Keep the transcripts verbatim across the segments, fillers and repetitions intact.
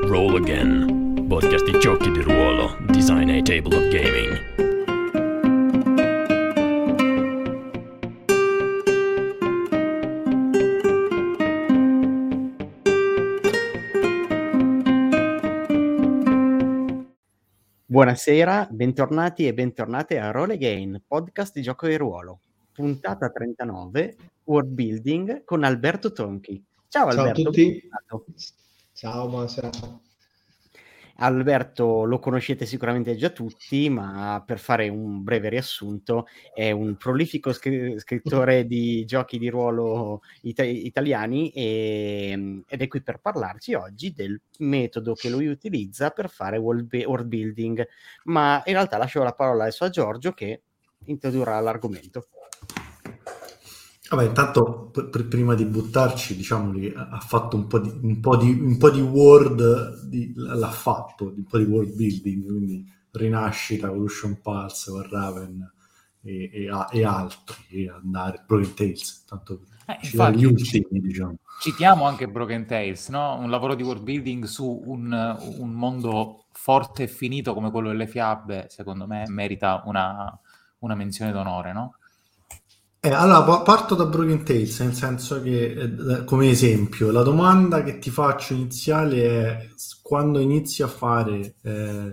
Roll Again, podcast di giochi di ruolo, design e table of gaming. Buonasera, bentornati e bentornate a Roll Again, podcast di gioco di ruolo. Puntata trentanove, World Building con Alberto Tonchi. Ciao, Ciao Alberto. a tutti. Bentornato. Ciao, buonasera. Alberto lo conoscete sicuramente già tutti, ma per fare un breve riassunto è un prolifico scr- scrittore di giochi di ruolo ita- italiani e, ed è qui per parlarci oggi del metodo che lui utilizza per fare world, be- world building, ma in realtà lascio la parola adesso a Giorgio che introdurrà l'argomento. Vabbè, intanto pr- prima di buttarci, diciamo che ha fatto un po' di un po' di un po' di word di, l'ha fatto, un po' di world building, quindi Rinascita, Evolution Pulse, Warraven e, e, e altri, e andare Broken Tales, tanto eh, infatti, gli ultimi, ci, diciamo. Citiamo anche Broken Tales, no? Un lavoro di world building su un, un mondo forte e finito come quello delle fiabe, secondo me merita una, una menzione d'onore, no? Eh, allora, parto da Broken Tales, nel senso che, eh, come esempio, la domanda che ti faccio iniziale è: quando inizi a fare, eh,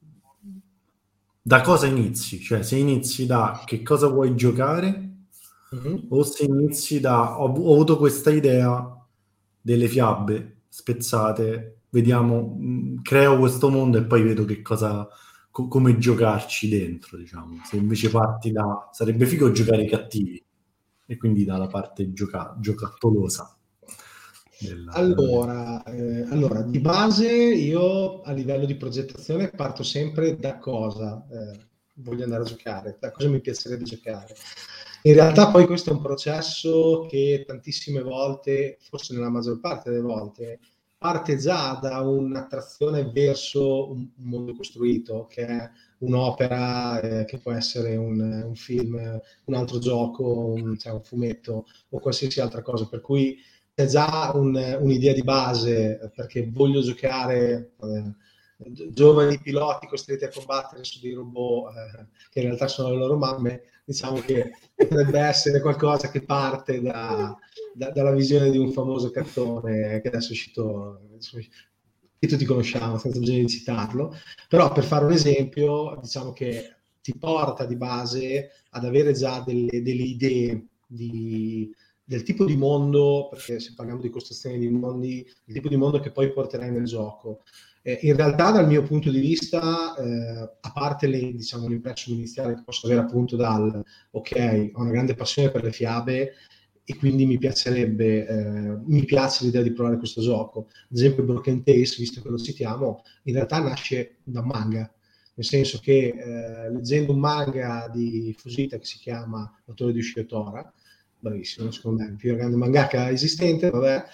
da cosa inizi? Cioè, se inizi da che cosa vuoi giocare, mm-hmm. o se inizi da ho, ho avuto questa idea delle fiabe spezzate, vediamo, mh, creo questo mondo e poi vedo che cosa... come giocarci dentro, diciamo. Se invece parti da sarebbe figo giocare i cattivi e quindi dalla parte gioca- giocattolosa della... allora, eh, allora di base io a livello di progettazione parto sempre da cosa eh, voglio andare a giocare, da cosa mi piacerebbe giocare. In realtà poi questo è un processo che tantissime volte, forse nella maggior parte delle volte, parte già da un'attrazione verso un, un mondo costruito, che è un'opera, eh, che può essere un, un film, un altro gioco, un, cioè un fumetto o qualsiasi altra cosa, per cui c'è già un, un'idea di base, perché voglio giocare eh, giovani piloti costretti a combattere su dei robot eh, che in realtà sono le loro mamme. Diciamo che potrebbe essere qualcosa che parte da, da, dalla visione di un famoso cartone che adesso è uscito, che tutti conosciamo senza bisogno di citarlo, però per fare un esempio diciamo che ti porta di base ad avere già delle, delle idee di, del tipo di mondo, perché se parliamo di costruzione di mondi, il tipo di mondo che poi porterai nel gioco. Eh, in realtà dal mio punto di vista, eh, a parte le, diciamo, l'impressione iniziale che posso avere appunto dal ok, ho una grande passione per le fiabe e quindi mi piacerebbe, eh, mi piace l'idea di provare questo gioco. Ad esempio Broken Tales, visto che lo citiamo, in realtà nasce da un manga, nel senso che eh, leggendo un manga di Fujita che si chiama L'autore di Ushiyotora, bravissimo, secondo me il più grande mangaka esistente, vabbè,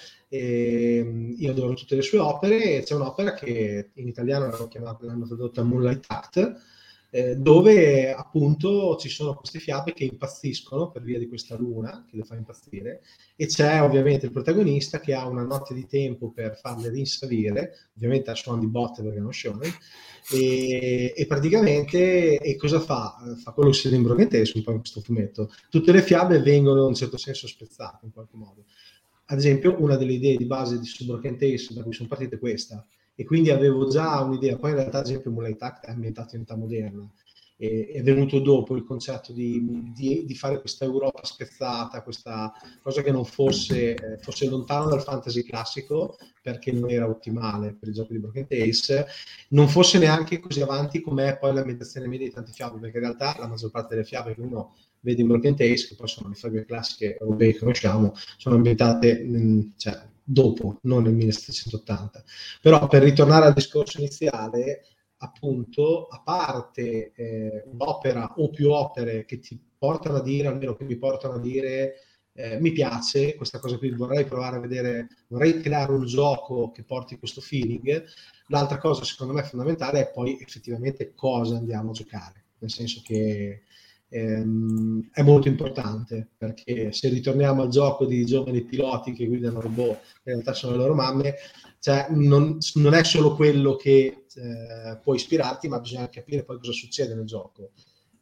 e io adoro tutte le sue opere, e c'è un'opera che in italiano l'hanno chiamata, l'hanno tradotta Moonlight Act, eh, dove appunto ci sono queste fiabe che impazziscono per via di questa luna che le fa impazzire, e c'è ovviamente il protagonista che ha una notte di tempo per farle rinsavire, ovviamente a suon di botte perché non shonen, e, e praticamente e cosa fa? Fa quello che si vede in Broken Tales, un po' in questo fumetto. Tutte le fiabe vengono in un certo senso spezzate in qualche modo. Ad esempio, una delle idee di base di su Broken Tales da cui sono partite è questa, e quindi avevo già un'idea. Poi in realtà, ad esempio, Moonlight Act è ambientato in età moderna, e è venuto dopo il concetto di, di, di fare questa Europa spezzata, questa cosa che non fosse, eh, fosse lontano dal fantasy classico, perché non era ottimale per il gioco di Broken Tales, non fosse neanche così avanti com'è poi l'ambientazione media di tante fiabe, perché in realtà la maggior parte delle fiabe che uno vede in Broken Tales, che poi sono le fiabe classiche europee che conosciamo, sono ambientate mh, cioè, dopo, non nel millesettecentottanta. Però per ritornare al discorso iniziale, appunto, a parte eh, un'opera o più opere che ti portano a dire, almeno che mi portano a dire eh, mi piace questa cosa qui, vorrei provare a vedere, vorrei creare un gioco che porti questo feeling. L'altra cosa secondo me fondamentale è poi effettivamente cosa andiamo a giocare, nel senso che ehm, è molto importante, perché se ritorniamo al gioco di giovani piloti che guidano robot, che in realtà sono le loro mamme, cioè non, non è solo quello che eh, può ispirarti, ma bisogna capire poi cosa succede nel gioco.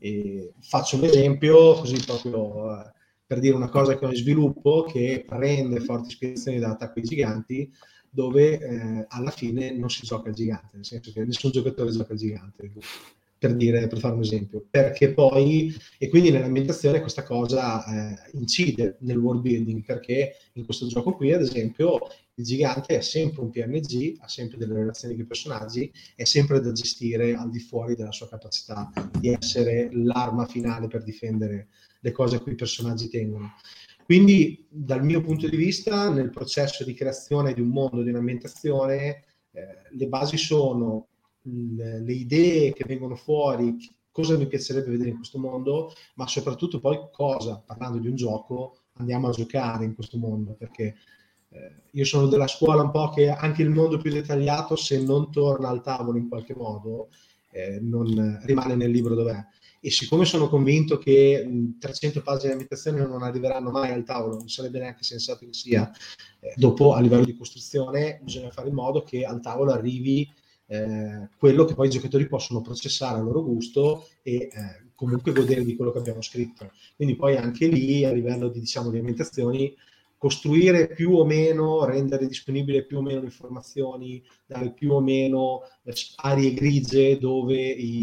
E faccio un esempio così proprio eh, per dire una cosa che ho in sviluppo, che prende forti ispirazioni da Attacco ai Giganti, dove eh, alla fine non si gioca al gigante, nel senso che nessun giocatore gioca al gigante, per dire, per fare un esempio, perché poi, e quindi nell'ambientazione questa cosa eh, incide nel world building, perché in questo gioco qui, ad esempio, il gigante è sempre un P N G, ha sempre delle relazioni con i personaggi, è sempre da gestire al di fuori della sua capacità di essere l'arma finale per difendere le cose a cui i personaggi tengono. Quindi, dal mio punto di vista, nel processo di creazione di un mondo, di un'ambientazione, eh, le basi sono le, le idee che vengono fuori, cosa mi piacerebbe vedere in questo mondo, ma soprattutto poi cosa, parlando di un gioco, andiamo a giocare in questo mondo, perché eh, io sono della scuola un po' che anche il mondo più dettagliato, se non torna al tavolo in qualche modo, eh, non rimane nel libro dov'è. E siccome sono convinto che mh, trecento pagine di ambientazione non arriveranno mai al tavolo, non sarebbe neanche sensato che sia, eh, dopo a livello di costruzione bisogna fare in modo che al tavolo arrivi eh, quello che poi i giocatori possono processare a loro gusto e eh, comunque godere di quello che abbiamo scritto. Quindi poi anche lì a livello di, diciamo, di ambientazioni, costruire più o meno, rendere disponibile più o meno le informazioni, dare più o meno eh, aree grigie dove i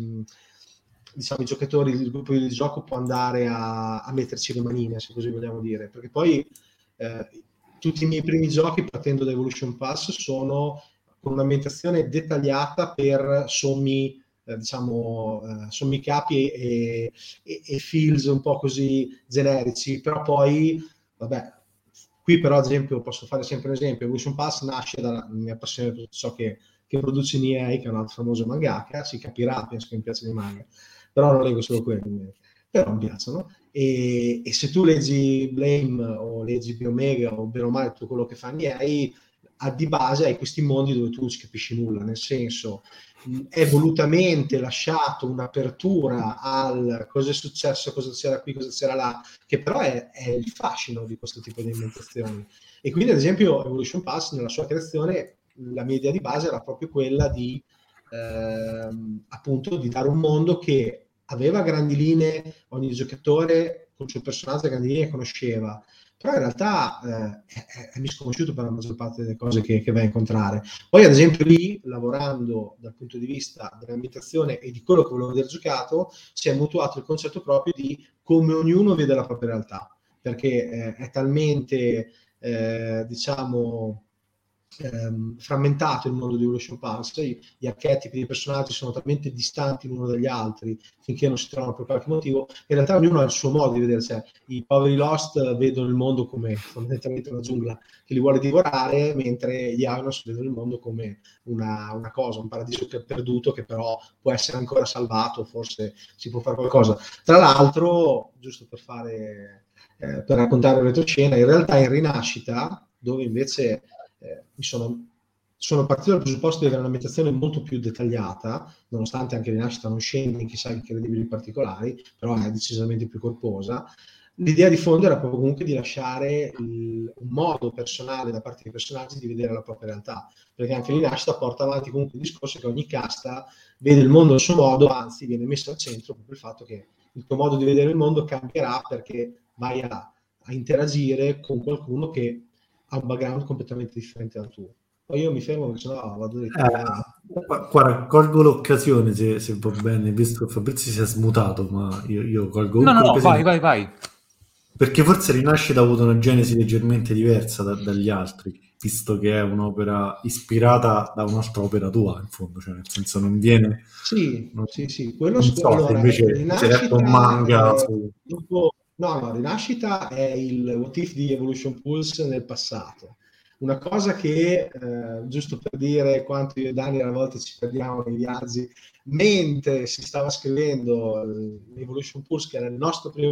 diciamo i giocatori, il gruppo di gioco può andare a, a metterci le manine, se così vogliamo dire, perché poi eh, tutti i miei primi giochi, partendo da Evolution Pass, sono con un'ambientazione dettagliata per sommi eh, diciamo eh, sommi capi e, e, e feels un po' così generici, però poi vabbè, qui però ad esempio posso fare sempre un esempio. Evolution Pass nasce dalla mia passione per ciò che, che produce N I A, che è un altro famoso mangaka, si capirà, penso che mi piace di manga, però non leggo solo quello, però mi piacciono. E, e se tu leggi Blame o leggi Biomega o bene o male tutto quello che fa N I A, ha di base hai questi mondi dove tu non ci capisci nulla, nel senso è volutamente lasciato un'apertura al cosa è successo, cosa c'era qui, cosa c'era là, che però è, è il fascino di questo tipo di ambientazioni. E quindi ad esempio Evolution Pass nella sua creazione, la mia idea di base era proprio quella di ehm, appunto di dare un mondo che aveva grandi linee, ogni giocatore col suo personaggio a grandi linee conosceva, però in realtà eh, è, è misconosciuto per la maggior parte delle cose che, che va a incontrare. Poi ad esempio lì, lavorando dal punto di vista dell'ambientazione e di quello che volevo vedere giocato, si è mutuato il concetto proprio di come ognuno vede la propria realtà, perché eh, è talmente eh, diciamo ehm, frammentato il mondo di Evolution Pass, gli, gli archetipi dei personaggi sono talmente distanti l'uno dagli altri finché non si trovano per qualche motivo, in realtà ognuno ha il suo modo di vedere, cioè, i poveri Lost vedono il mondo come fondamentalmente una giungla che li vuole divorare, mentre gli Agnos vedono il mondo come una, una cosa, un paradiso che è perduto che però può essere ancora salvato, forse si può fare qualcosa. Tra l'altro, giusto per fare eh, per raccontare una retroscena, in realtà in Rinascita, dove invece Eh, mi sono, sono partito dal presupposto di avere un'ambientazione molto più dettagliata, nonostante anche Rinascita non scende in chissà che incredibili particolari, però è decisamente più corposa. L'idea di fondo era proprio comunque di lasciare il, un modo personale da parte dei personaggi di vedere la propria realtà, perché anche Rinascita porta avanti comunque il discorso che ogni casta vede il mondo al suo modo, anzi viene messo al centro proprio il fatto che il tuo modo di vedere il mondo cambierà perché vai a, a interagire con qualcuno che ha un background completamente differente dal tuo. Poi io mi fermo perché sennò vado di eh, guarda, colgo l'occasione se, se va bene, visto che Fabrizio si è smutato, ma io, io colgo no no no l'occasione. vai vai vai Perché forse Rinascita ha avuto una genesi leggermente diversa da, dagli altri, visto che è un'opera ispirata da un'altra opera tua, in fondo, cioè nel senso non viene... Sì, non, sì, sì. Quello non so, allora, invece c'è un manga... è, Su... dopo, no, no, Rinascita è il what if di Evolution Pulse nel passato. Una cosa che, eh, giusto per dire quanto io e Dani a volte ci perdiamo nei viaggi, mentre si stava scrivendo Evolution Pulse, che era il nostro primo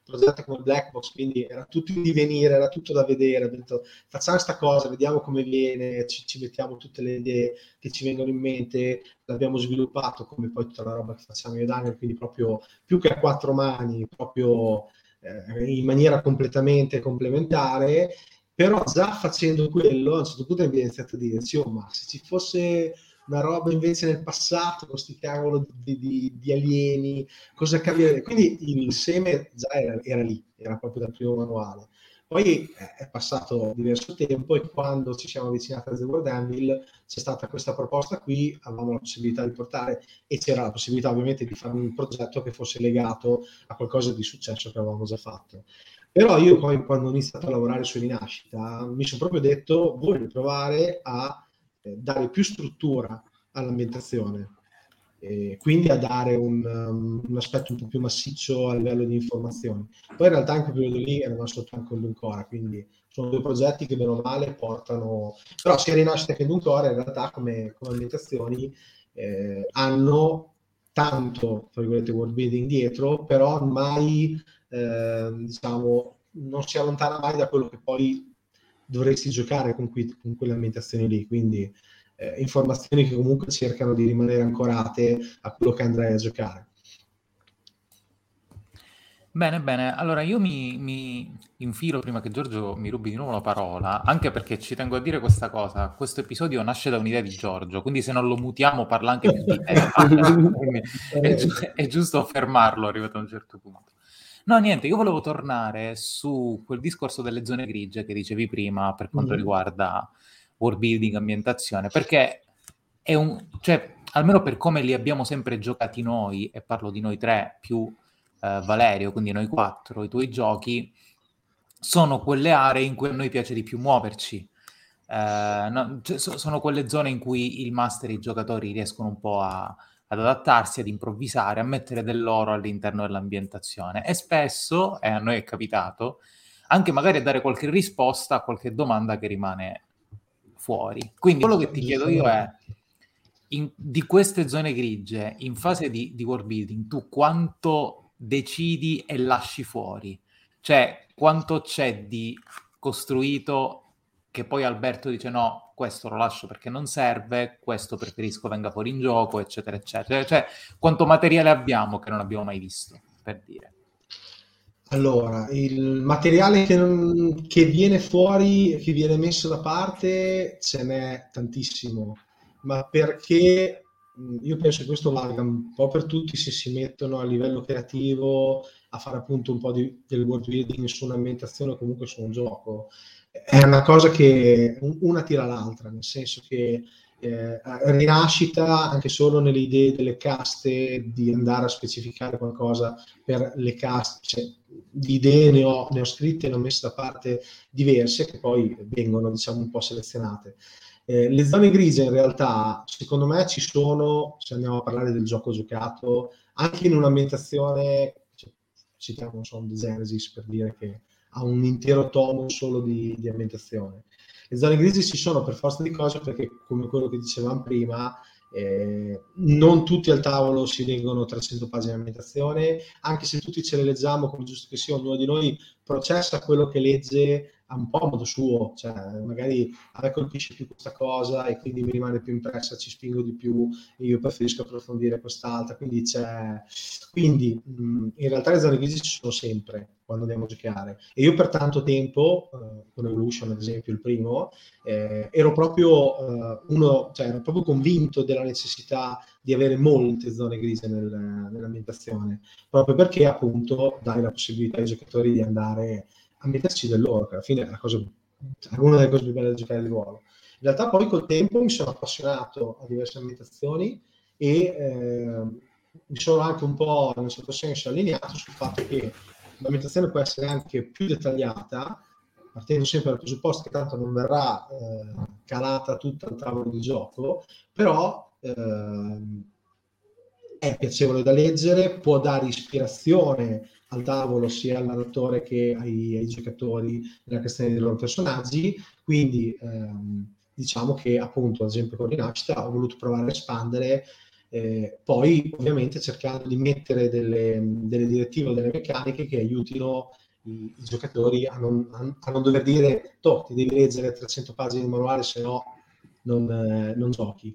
progetto come Black Box, quindi era tutto in divenire, era tutto da vedere. Ho detto facciamo sta cosa, vediamo come viene, ci, ci mettiamo tutte le idee che ci vengono in mente, l'abbiamo sviluppato come poi tutta la roba che facciamo io e Daniel, quindi proprio più che a quattro mani, proprio eh, in maniera completamente complementare. Però già facendo quello a un certo punto abbiamo iniziato a dirci oh, ma se ci fosse una roba invece nel passato con sti cavolo di, di, di alieni, cosa cambierebbe? Quindi il seme già era, era lì, era proprio dal primo manuale. Poi è passato diverso tempo e quando ci siamo avvicinati a The World Anvil c'è stata questa proposta qui, avevamo la possibilità di portare e c'era la possibilità ovviamente di fare un progetto che fosse legato a qualcosa di successo che avevamo già fatto. Però io poi quando ho iniziato a lavorare su Rinascita mi sono proprio detto voglio provare a eh, dare più struttura all'ambientazione, e quindi a dare un, um, un aspetto un po' più massiccio a livello di informazioni. Poi in realtà in quel periodo lì erano sotto anche Duncore, quindi sono due progetti che bene o male portano, però sia Rinascita che Duncore in realtà come, come ambientazioni eh, hanno tanto, tra virgolette, world building dietro, però mai Eh, diciamo non si allontana mai da quello che poi dovresti giocare con, qui, con quelle ambientazioni lì, quindi eh, informazioni che comunque cercano di rimanere ancorate a quello che andrai a giocare. Bene, bene, allora io mi, mi infilo prima che Giorgio mi rubi di nuovo la parola, anche perché ci tengo a dire questa cosa, questo episodio nasce da un'idea di Giorgio, quindi se non lo mutiamo parla anche più di te. è, gi- è giusto fermarlo arrivato a un certo punto. No, niente, io volevo tornare su quel discorso delle zone grigie che dicevi prima per quanto mm. riguarda world building, ambientazione, perché è un, cioè, almeno per come li abbiamo sempre giocati noi, e parlo di noi tre più eh, Valerio, quindi noi quattro, i tuoi giochi, sono quelle aree in cui a noi piace di più muoverci. Eh, no, cioè, so, sono quelle zone in cui il master e i giocatori riescono un po' a ad adattarsi, ad improvvisare, a mettere del loro all'interno dell'ambientazione e spesso, e a noi è capitato, anche magari a dare qualche risposta a qualche domanda che rimane fuori. Quindi quello che ti chiedo io è, in, di queste zone grigie, in fase di, di world building, tu quanto decidi e lasci fuori? Cioè, quanto c'è di costruito che poi Alberto dice no, questo lo lascio perché non serve, questo preferisco venga fuori in gioco, eccetera, eccetera. Cioè, quanto materiale abbiamo che non abbiamo mai visto, per dire. Allora, il materiale che, non, che viene fuori, che viene messo da parte, ce n'è tantissimo, ma perché io penso che questo valga un po' per tutti se si mettono a livello creativo a fare appunto un po' di, del world building su un'ambientazione o comunque su un gioco. È una cosa che una tira l'altra, nel senso che eh, Rinascita, anche solo nelle idee delle caste, di andare a specificare qualcosa per le caste, cioè, di idee ne ho, ne ho scritte e ne ho messe da parte diverse che poi vengono, diciamo, un po' selezionate. Eh, le zone grigie in realtà, secondo me, ci sono, se andiamo a parlare del gioco giocato, anche in un'ambientazione, cioè, citiamo, non so, The Genesis per dire che ha un intero tomo solo di, di ambientazione. Le zone grigie ci sono per forza di cose perché, come quello che dicevamo prima, eh, non tutti al tavolo si leggono trecento pagine di ambientazione, anche se tutti ce le leggiamo, come giusto che sia, ognuno di noi processa quello che legge a un po' a modo suo, cioè magari a me colpisce più questa cosa e quindi mi rimane più impressa, ci spingo di più, io preferisco approfondire quest'altra, quindi c'è quindi mh, in realtà le zone grigie ci sono sempre quando andiamo a giocare e io per tanto tempo eh, con Evolution ad esempio il primo eh, ero proprio eh, uno, cioè ero proprio convinto della necessità di avere molte zone grigie nel, nell'ambientazione, proprio perché appunto dai la possibilità ai giocatori di andare a metterci del loro, che alla fine è una, cosa, è una delle cose più belle da giocare di ruolo. In realtà poi col tempo mi sono appassionato a diverse ambientazioni e eh, mi sono anche un po', in un certo senso, allineato sul fatto che l'ambientazione può essere anche più dettagliata, partendo sempre dal presupposto che tanto non verrà eh, calata tutta al tavolo di gioco, però eh, è piacevole da leggere, può dare ispirazione al tavolo sia al narratore che ai, ai giocatori nella creazione dei loro personaggi, quindi ehm, diciamo che appunto ad esempio con Rinascita ho voluto provare a espandere Eh, poi ovviamente cercando di mettere delle, delle direttive o delle meccaniche che aiutino i, i giocatori a non, a, a non dover dire toh, ti devi leggere trecento pagine di manuale, se no non, eh, non giochi.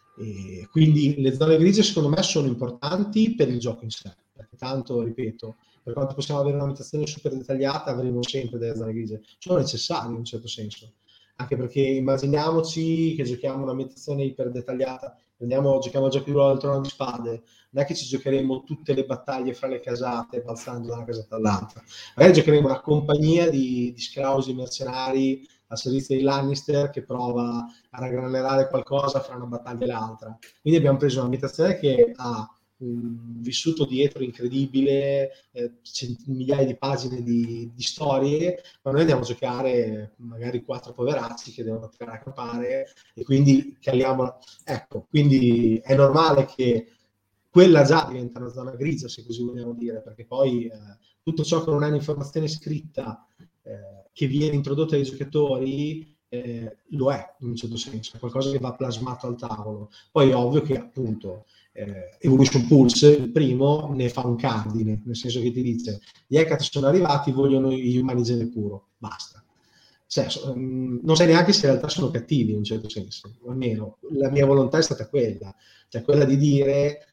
E quindi le zone grigie secondo me sono importanti per il gioco in sé, perché tanto, ripeto, per quanto possiamo avere un'ambientazione super dettagliata, avremo sempre delle zone grigie, sono necessarie in un certo senso, anche perché immaginiamoci che giochiamo un'ambientazione iper dettagliata, prendiamo, giochiamo a giochi di ruolo del Trono di Spade, non è che ci giocheremo tutte le battaglie fra le casate balzando da una casata all'altra, magari giocheremo una compagnia di, di scrausi mercenari al servizio dei Lannister che prova a raggranerare qualcosa fra una battaglia e l'altra. Quindi abbiamo preso un'ambientazione che ha un vissuto dietro incredibile, eh, cent- migliaia di pagine di, di storie, ma noi andiamo a giocare magari quattro poveracci che devono tirare a campare e quindi caliamo. Ecco, quindi è normale che quella già diventa una zona grigia, se così vogliamo dire, perché poi eh, tutto ciò che non è un'informazione scritta eh, che viene introdotta ai giocatori eh, lo è in un certo senso, è qualcosa che va plasmato al tavolo. Poi è ovvio che appunto eh, Evolution Pulse, il primo, ne fa un cardine, nel senso che ti dice gli Hecate sono arrivati, vogliono gli umani gene puro, basta. Cioè, non sai neanche se in realtà sono cattivi in un certo senso, o almeno la mia volontà è stata quella, cioè quella di dire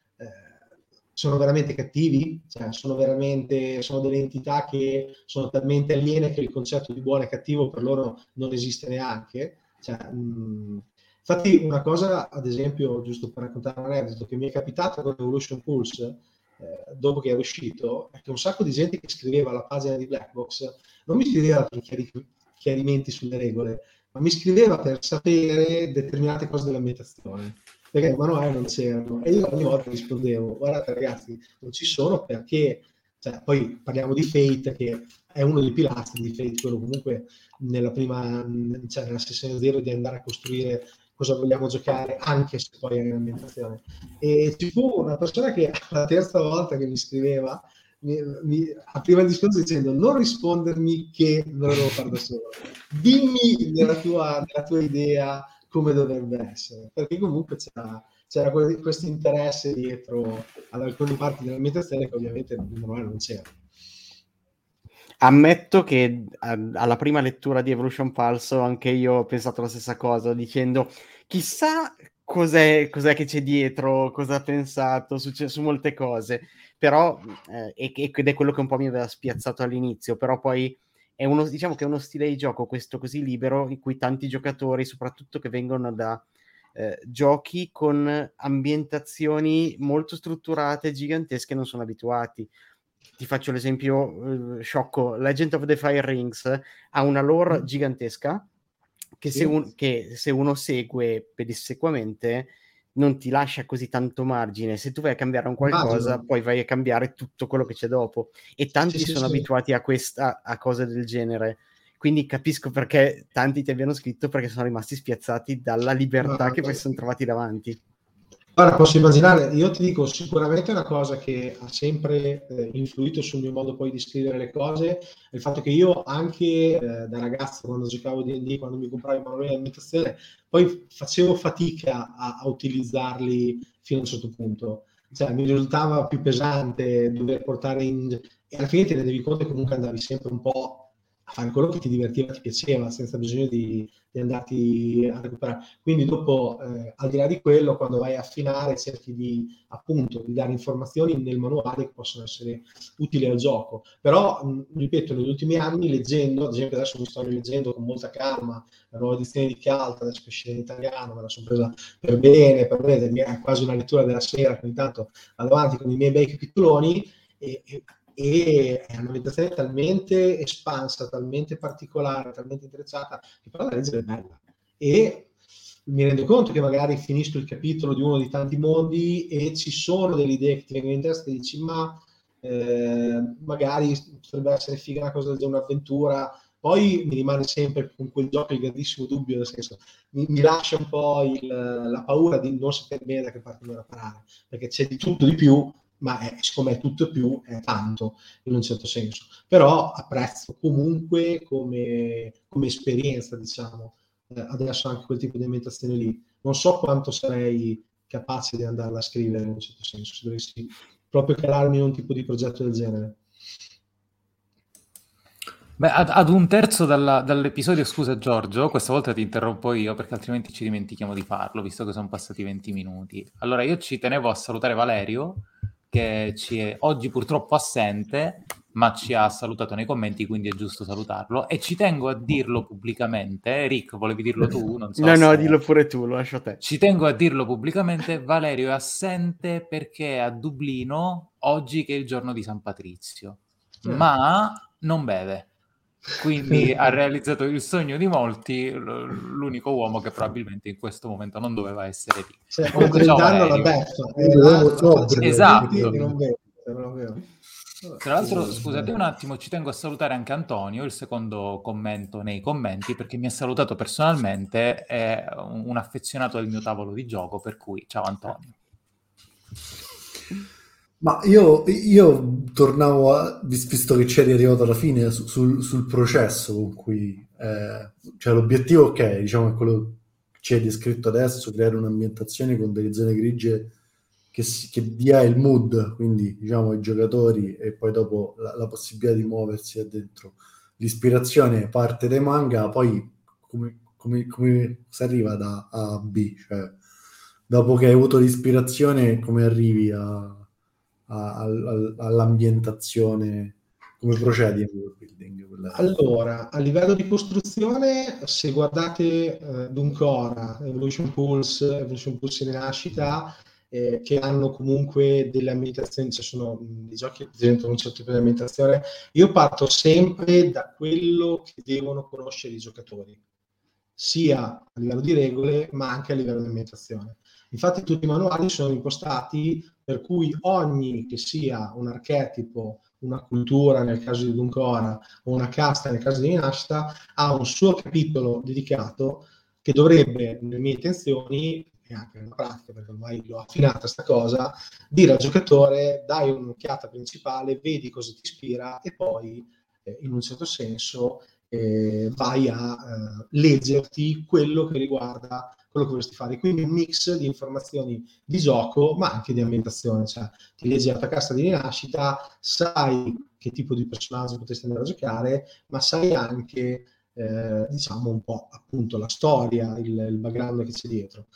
sono veramente cattivi, cioè sono veramente sono delle entità che sono talmente aliene che il concetto di buono e cattivo per loro non esiste neanche. Cioè, mh, infatti una cosa, ad esempio, giusto per raccontare un aneddoto che mi è capitato con Evolution Pulse eh, dopo che era uscito, è che un sacco di gente che scriveva la pagina di Black Box non mi scriveva per chiari- chiarimenti sulle regole, ma mi scriveva per sapere determinate cose dell'ambientazione, perché in manuale non c'erano, e io ogni volta rispondevo guardate ragazzi, non ci sono perché, cioè, poi parliamo di Fate che è uno dei pilastri di Fate, quello comunque nella prima, cioè nella sessione zero, di andare a costruire cosa vogliamo giocare, anche se poi è un'ambientazione. E ci fu una persona che la terza volta che mi scriveva mi, mi apriva il discorso dicendo non rispondermi che non lo devo fare da solo, dimmi nella tua, nella tua idea come dovrebbe essere, perché comunque c'era, c'era questo interesse dietro ad alcune parti dell'ambientazione che ovviamente non c'era. Ammetto che alla prima lettura di Evolution Pulse anche io ho pensato la stessa cosa, dicendo chissà cos'è, cos'è che c'è dietro, cosa ha pensato su, su molte cose, però eh, ed è quello che un po' mi aveva spiazzato all'inizio, però poi è uno, diciamo che è uno stile di gioco questo così libero in cui tanti giocatori, soprattutto che vengono da eh, giochi con ambientazioni molto strutturate, gigantesche, non sono abituati. Ti faccio l'esempio eh, sciocco: Legend of the Fire Rings ha una lore mm. gigantesca che, sì. se un, che se uno segue pedissequamente non ti lascia così tanto margine. Se tu vai a cambiare un qualcosa, Immagino. poi vai a cambiare tutto quello che c'è dopo, e tanti sì, sono sì, abituati sì. a questa a cose del genere, quindi capisco perché tanti ti abbiano scritto, perché sono rimasti spiazzati dalla libertà Ma, che poi si sono trovati davanti. Guarda, posso immaginare, io ti dico sicuramente una cosa che ha sempre eh, influito sul mio modo poi di scrivere le cose, è il fatto che io anche eh, da ragazzo, quando giocavo D and D, quando mi compravo i manuali di ambientazione, poi facevo fatica a, a utilizzarli fino a un certo punto, cioè mi risultava più pesante dover portare in... e alla fine ti rendevi conto che comunque andavi sempre un po' a fare quello che ti divertiva, ti piaceva, senza bisogno di, di andarti a recuperare. Quindi dopo, eh, al di là di quello, quando vai a affinare, cerchi di, appunto, di dare informazioni nel manuale che possono essere utili al gioco. Però, mh, ripeto, negli ultimi anni, leggendo, ad esempio adesso mi sto rileggendo con molta calma la nuova edizione di Chialta, adesso che esce in italiano, me la sono presa per bene, per bene, è quasi una lettura della sera, quindi tanto vado avanti con i miei bei capitoloni, e, e e è un'ambientazione talmente espansa, talmente particolare, talmente interessata, che però la leggere è bella. E mi rendo conto che magari finisco il capitolo di uno di tanti mondi e ci sono delle idee che ti vengono in testa e dici ma eh, magari potrebbe essere figa una cosa del genere, un'avventura. Poi mi rimane sempre con quel gioco il grandissimo dubbio, nel senso mi, mi lascia un po' il, la paura di non sapere bene da che parte andare a parare, perché c'è di tutto di più, ma è, siccome è tutto più, è tanto in un certo senso. Però apprezzo comunque come, come esperienza, diciamo, eh, adesso anche quel tipo di ambientazione lì. Non so quanto sarei capace di andarla a scrivere in un certo senso, se dovessi proprio calarmi in un tipo di progetto del genere. Beh, ad, ad un terzo dalla- dall'episodio, scusa Giorgio, questa volta ti interrompo io perché altrimenti ci dimentichiamo di farlo, visto che sono passati venti minuti. Allora io ci tenevo a salutare Valerio, che ci è oggi purtroppo assente, ma ci ha salutato nei commenti, quindi è giusto salutarlo. E ci tengo a dirlo pubblicamente. Rick, volevi dirlo tu? Non so No, no, se- dillo pure tu, lo lascio a te. Ci tengo a dirlo pubblicamente, Valerio è assente perché è a Dublino oggi che è il giorno di San Patrizio, ma non beve. Quindi ha realizzato il sogno di molti, l- l'unico uomo che probabilmente in questo momento non doveva essere lì. Cioè, Comunque, oltre il ciao, danno la Valerio. beffa, è là, la faccia dei Esatto. denti e non vedo, non vedo. Tra l'altro, scusate un attimo, ci tengo a salutare anche Antonio, il secondo commento nei commenti, perché mi ha salutato personalmente, è un, un affezionato del mio tavolo di gioco, per cui ciao Antonio. Ma io, io tornavo a, vis- visto che c'eri arrivato alla fine, su- sul, sul processo con cui, eh, cioè l'obiettivo, ok, diciamo è quello che ci hai descritto adesso, creare un'ambientazione con delle zone grigie che, si- che dia il mood, quindi diciamo ai giocatori, e poi dopo la, la possibilità di muoversi là dentro. L'ispirazione parte dai manga, poi come, come, come si arriva da A a B, cioè dopo che hai avuto l'ispirazione come arrivi a, a- al- all'ambientazione, come procedi nel world building? Quella- Allora, a livello di costruzione, se guardate eh, Duncora, Evolution Pulse, Evolution Pulse in nascita, eh, che hanno comunque delle ambientazioni, cioè sono mh, dei giochi che presentano un certo tipo di ambientazione, io parto sempre da quello che devono conoscere i giocatori, sia a livello di regole, ma anche a livello di ambientazione. Infatti tutti i manuali sono impostati per cui ogni, che sia un archetipo, una cultura nel caso di Duncora o una casta nel caso di Nascita, ha un suo capitolo dedicato che dovrebbe, nelle mie intenzioni, e anche nella pratica, perché ormai l'ho affinata sta cosa, dire al giocatore: dai un'occhiata principale, vedi cosa ti ispira e poi, eh, in un certo senso, eh, vai a eh, leggerti quello che riguarda quello che vorresti fare. Quindi un mix di informazioni di gioco, ma anche di ambientazione. Cioè, ti leggi la tua casta di rinascita, sai che tipo di personaggio potresti andare a giocare, ma sai anche, eh, diciamo, un po' appunto la storia, il, il background che c'è dietro.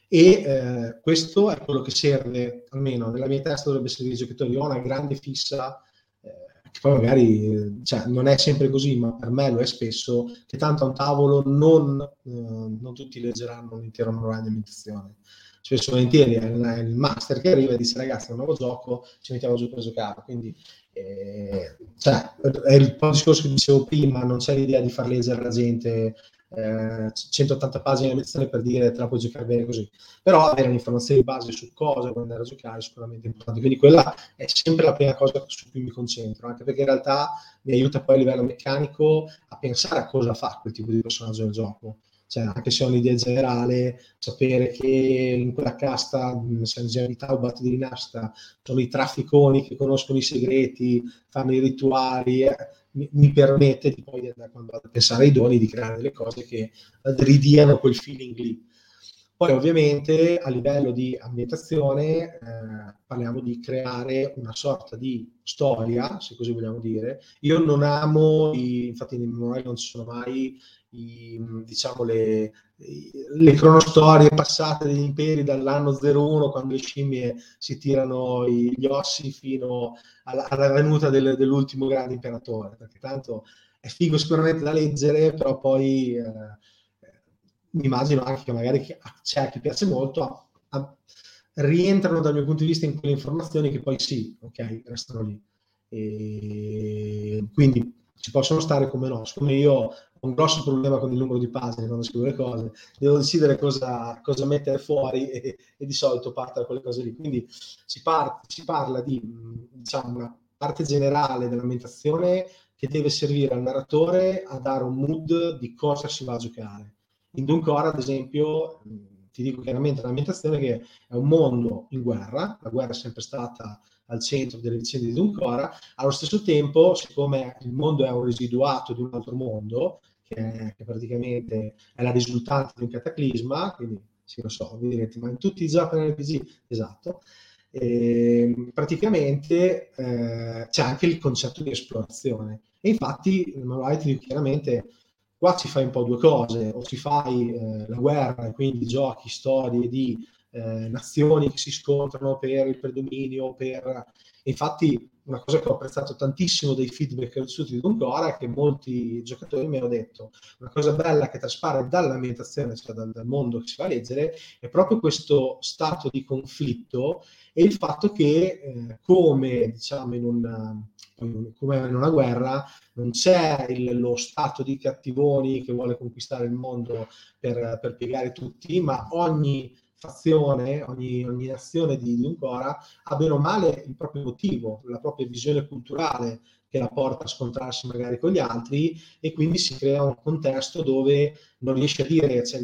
E eh, questo è quello che serve, almeno nella mia testa dovrebbe servire ai giocatori. Io ho una grande fissa, eh, che poi magari, cioè, non è sempre così, ma per me lo è spesso, che tanto a un tavolo non, eh, non tutti leggeranno un intero manuale di ambientazione. Spesso volentieri è il, è il master che arriva e dice: ragazzi, è un nuovo gioco, ci mettiamo giù per giocare. Quindi eh, cioè, è il po' discorso che dicevo prima, non c'è l'idea di far leggere alla gente eh, centottanta pagine di ambientazione per dire te la puoi giocare bene così, però avere un'informazione di base su cosa puoi andare a giocare è sicuramente importante. Quindi quella è sempre la prima cosa su cui mi concentro, anche perché in realtà mi aiuta poi a livello meccanico a pensare a cosa fa quel tipo di personaggio nel gioco. Cioè, anche se ho un'idea generale, sapere che in quella casta, se di Taubat di rinascita, sono i trafficoni che conoscono i segreti, fanno i rituali, eh, mi, mi permette di poi, quando vado a pensare ai doni, di creare delle cose che ridiano quel feeling lì. Poi ovviamente a livello di ambientazione eh, parliamo di creare una sorta di storia, se così vogliamo dire. Io non amo, i, infatti nei manuali non ci sono mai i, diciamo le, le cronostorie passate degli imperi dall'anno zero uno, quando le scimmie si tirano gli ossi fino alla, alla venuta del, dell'ultimo grande imperatore, perché tanto è figo sicuramente da leggere, però poi eh, mi immagino anche che magari c'è a chi piace molto, a, a, rientrano dal mio punto di vista in quelle informazioni che poi sì, ok, restano lì. E quindi ci possono stare come no. Siccome io ho un grosso problema con il numero di pagine quando scrivo le cose, devo decidere cosa, cosa mettere fuori e, e di solito parto da quelle cose lì. Quindi si, parte, si parla di, diciamo, una parte generale dell'ambientazione che deve servire al narratore a dare un mood di cosa si va a giocare. In Duncora, ad esempio, ti dico chiaramente l'ambientazione che è un mondo in guerra, la guerra è sempre stata al centro delle vicende di Duncora. Allo stesso tempo, siccome il mondo è un residuato di un altro mondo, che, è, che praticamente è la risultante di un cataclisma, quindi Sì, lo so, vi direte, ma in tutti i giochi nel P G? Esatto. E praticamente eh, c'è anche il concetto di esplorazione. E infatti, nel manuale ti dico chiaramente, qua ci fai un po' due cose, o ci fai eh, la guerra, e quindi giochi, storie di eh, nazioni che si scontrano per il predominio, per... Infatti una cosa che ho apprezzato tantissimo dei feedback ricevuti di Doncora è che molti giocatori mi hanno detto una cosa bella che traspare dall'ambientazione, cioè dal, dal mondo che si va a leggere, è proprio questo stato di conflitto e il fatto che eh, come diciamo in una, come in una guerra non c'è il, lo stato di cattivoni che vuole conquistare il mondo per, per piegare tutti, ma ogni fazione, ogni, ogni nazione di, di Doncora ha bene o male il proprio motivo, la propria visione culturale che la porta a scontrarsi magari con gli altri, e quindi si crea un contesto dove non riesce a dire c'è,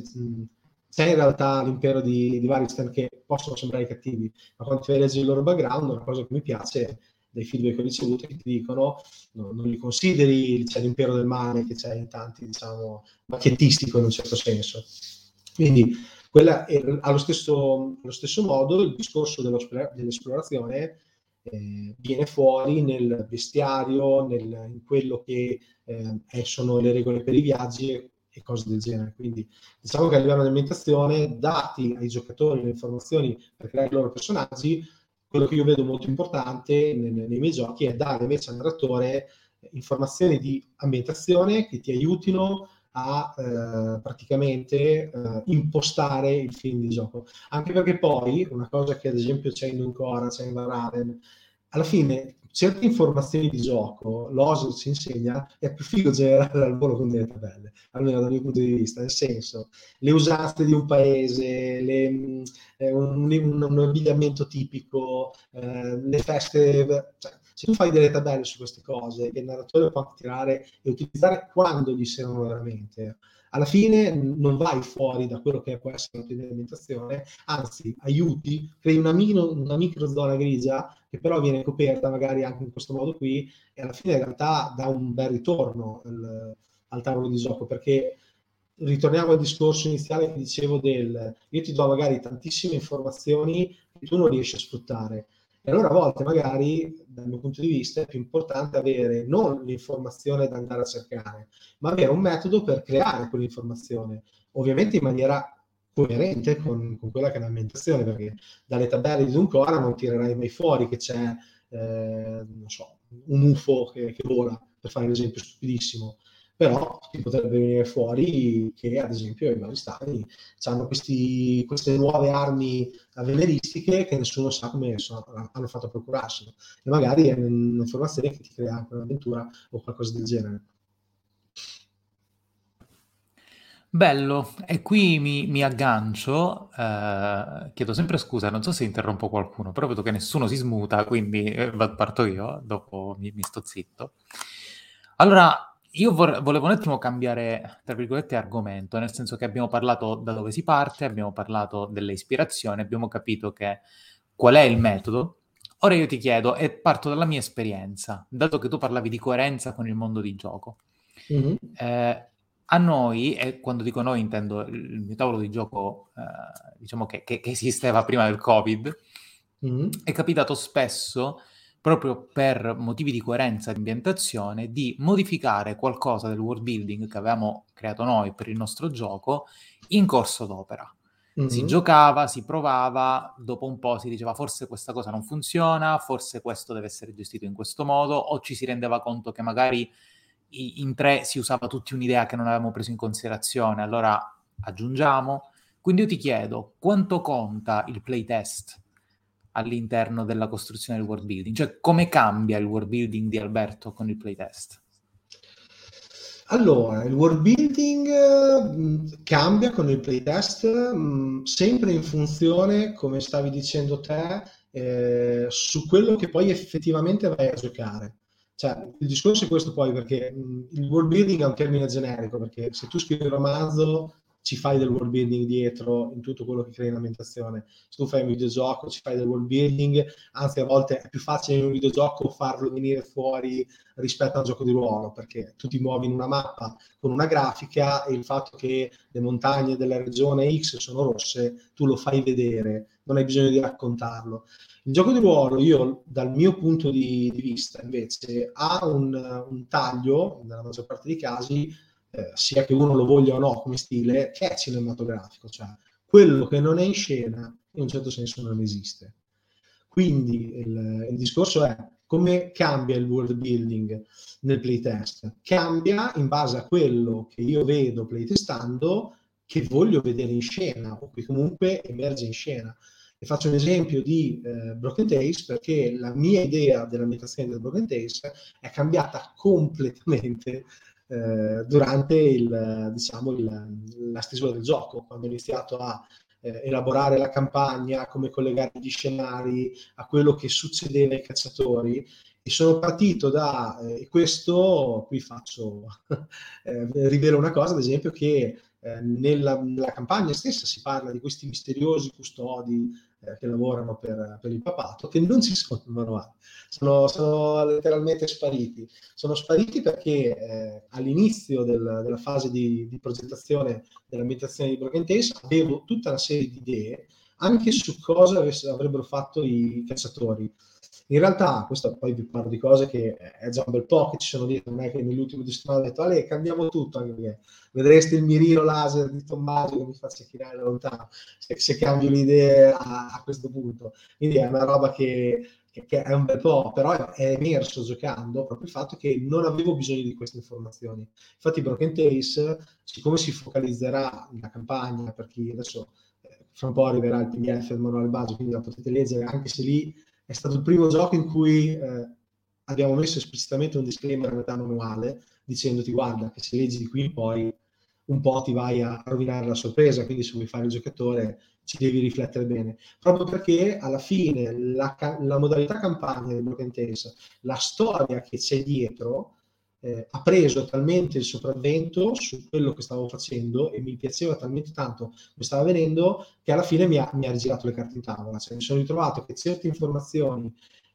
c'è in realtà l'impero di, di Varistan che possono sembrare cattivi, ma quando ti leggi il loro background, una cosa che mi piace dei feedback che ho ricevuto che ti dicono no, non li consideri c'è l'impero del male che c'è in tanti, diciamo, macchiettistico in un certo senso. Quindi quella è, allo, stesso, allo stesso modo il discorso dello, dell'esplorazione eh, viene fuori nel bestiario, nel, in quello che eh, sono le regole per i viaggi e, e cose del genere. Quindi diciamo che a livello di ambientazione, dati ai giocatori le informazioni per creare i loro personaggi, quello che io vedo molto importante nei, nei miei giochi è dare invece al narratore informazioni di ambientazione che ti aiutino a eh, praticamente eh, impostare il film di gioco, anche perché poi una cosa che ad esempio c'è in Doncora, c'è in Varaden, alla fine certe informazioni di gioco l'O S ci insegna è più figo generare al volo con delle tabelle, almeno dal mio punto di vista, nel senso le usanze di un paese, le, eh, un, un, un abbigliamento tipico, eh, le feste, cioè, se tu fai delle tabelle su queste cose che il narratore può tirare e utilizzare quando gli servono veramente, alla fine non vai fuori da quello che può essere una tua alimentazione, anzi aiuti, crei una, mino, una micro zona grigia che però viene coperta magari anche in questo modo qui, e alla fine in realtà dà un bel ritorno al, al tavolo di gioco, perché ritorniamo al discorso iniziale che dicevo del io ti do magari tantissime informazioni che tu non riesci a sfruttare. E allora a volte magari, dal mio punto di vista, è più importante avere non l'informazione da andare a cercare, ma avere un metodo per creare quell'informazione, ovviamente in maniera coerente con, con quella che è l'ambientazione, perché dalle tabelle di Doncora non tirerai mai fuori che c'è, eh, non so, un U F O che, che vola, per fare un esempio stupidissimo. Però ti potrebbe venire fuori che ad esempio i Varistani hanno questi, queste nuove armi avveniristiche che nessuno sa come sono, hanno fatto a procurarselo, e magari è un'informazione che ti crea anche un'avventura o qualcosa del genere. Bello, e qui mi, mi aggancio, eh, chiedo sempre scusa, non so se interrompo qualcuno, però vedo che nessuno si smuta, quindi eh, parto io, dopo mi, mi sto zitto. Allora, io vor- volevo un attimo cambiare, tra virgolette, argomento, nel senso che abbiamo parlato da dove si parte, abbiamo parlato delle ispirazioni, abbiamo capito che qual è il metodo. Ora io ti chiedo, e parto dalla mia esperienza, dato che tu parlavi di coerenza con il mondo di gioco. Mm-hmm. Eh, a noi, e quando dico noi intendo il mio tavolo di gioco, eh, diciamo che, che, che esisteva prima del Covid, mm-hmm. è capitato spesso, proprio per motivi di coerenza di ambientazione, di modificare qualcosa del world building che avevamo creato noi per il nostro gioco in corso d'opera. Mm-hmm. Si giocava, si provava, dopo un po' si diceva forse questa cosa non funziona, forse questo deve essere gestito in questo modo, o ci si rendeva conto che magari in tre si usava tutti un'idea che non avevamo preso in considerazione, allora aggiungiamo. Quindi io ti chiedo, quanto conta il playtest all'interno della costruzione del world building? Cioè, come cambia il world building di Alberto con il playtest? Allora, il world building mh, cambia con il playtest mh, sempre in funzione, come stavi dicendo te, eh, su quello che poi effettivamente vai a giocare. Cioè, il discorso è questo poi, perché mh, il world building è un termine generico, perché se tu scrivi un romanzo ci fai del world building dietro in tutto quello che crei in ambientazione. Se tu fai un videogioco, ci fai del world building, anzi a volte è più facile in un videogioco farlo venire fuori rispetto a un gioco di ruolo, perché tu ti muovi in una mappa con una grafica e il fatto che le montagne della regione X sono rosse, tu lo fai vedere, non hai bisogno di raccontarlo. Il gioco di ruolo, io dal mio punto di, di vista invece, ha un, un taglio, nella maggior parte dei casi, eh, sia che uno lo voglia o no come stile, che è cinematografico, cioè quello che non è in scena in un certo senso non esiste. Quindi il, il discorso è come cambia il world building nel playtest? Cambia in base a quello che io vedo playtestando, che voglio vedere in scena o che comunque emerge in scena. E faccio un esempio di eh, Broken Tales, perché la mia idea dell'ambientazione del Broken Tales è cambiata completamente eh, durante il, diciamo, il, la stesura del gioco, quando ho iniziato a eh, elaborare la campagna, come collegare gli scenari a quello che succedeva ai cacciatori. E sono partito da, eh, e questo qui faccio, eh, rivelo una cosa, ad esempio, che eh, nella, nella campagna stessa si parla di questi misteriosi custodi eh, che lavorano per, per il papato, che non ci sono nel manuale, sono, sono letteralmente spariti. Sono spariti perché eh, all'inizio del, della fase di, di progettazione dell'ambientazione di Broken Tales avevo tutta una serie di idee anche su cosa avrebbero fatto i cacciatori. In realtà, questo poi vi parlo di cose che è già un bel po' che ci sono dietro, non è che nell'ultimo distro ho detto, Ale, cambiamo tutto, anche perché vedreste il mirino laser di Tommaso che mi fa cecchinare da lontano, se, se cambio l'idea a, a questo punto. Quindi è una roba che, che, che è un bel po', però è, è emerso giocando proprio il fatto che non avevo bisogno di queste informazioni. Infatti Broken Tales, siccome si focalizzerà la campagna, per chi adesso eh, fra un po' arriverà il P D F del manuale base, quindi la potete leggere, anche se lì è stato il primo gioco in cui eh, abbiamo messo esplicitamente un disclaimer a metà manuale dicendoti guarda che se leggi di qui poi un po' ti vai a rovinare la sorpresa, quindi se vuoi fare il giocatore ci devi riflettere bene, proprio perché alla fine la, la modalità campagna di Broken Tales, la storia che c'è dietro eh, ha preso talmente il sopravvento su quello che stavo facendo e mi piaceva talmente tanto come stava avvenendo che alla fine mi ha, mi ha rigirato le carte in tavola. Cioè, mi sono ritrovato che certe informazioni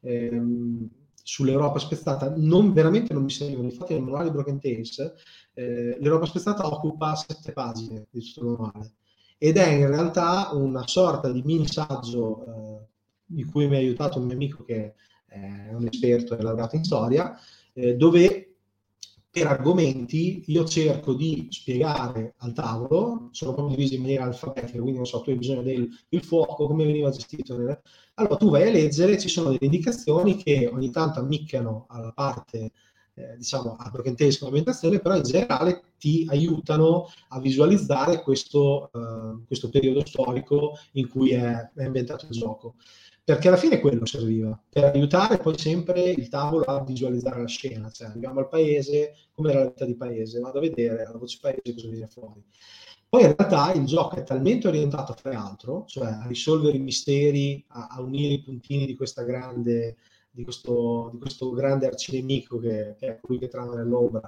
ehm, sull'Europa spezzata non, veramente non mi servivano. Infatti nel manuale di Broken Tales eh, l'Europa spezzata occupa sette pagine di tutto il manuale ed è in realtà una sorta di mini saggio eh, di cui mi ha aiutato un mio amico che è un esperto e laureato in storia, eh, dove per argomenti io cerco di spiegare al tavolo, sono proprio divisi in maniera alfabetica, quindi non so, tu hai bisogno del il fuoco, come veniva gestito. Allora tu vai a leggere, ci sono delle indicazioni che ogni tanto ammiccano alla parte, eh, diciamo, a Broken Tales come ambientazione, però in generale ti aiutano a visualizzare questo, eh, questo periodo storico in cui è, è ambientato il gioco. Perché alla fine quello serviva, per aiutare poi sempre il tavolo a visualizzare la scena, cioè arriviamo al paese, come era la vita di paese, vado a vedere alla voce paese cosa viene fuori. Poi in realtà il gioco è talmente orientato a fare altro, cioè a risolvere i misteri, a, a unire i puntini di questa grande, di questo, di questo grande arcinemico che, che è colui che trama nell'ombra,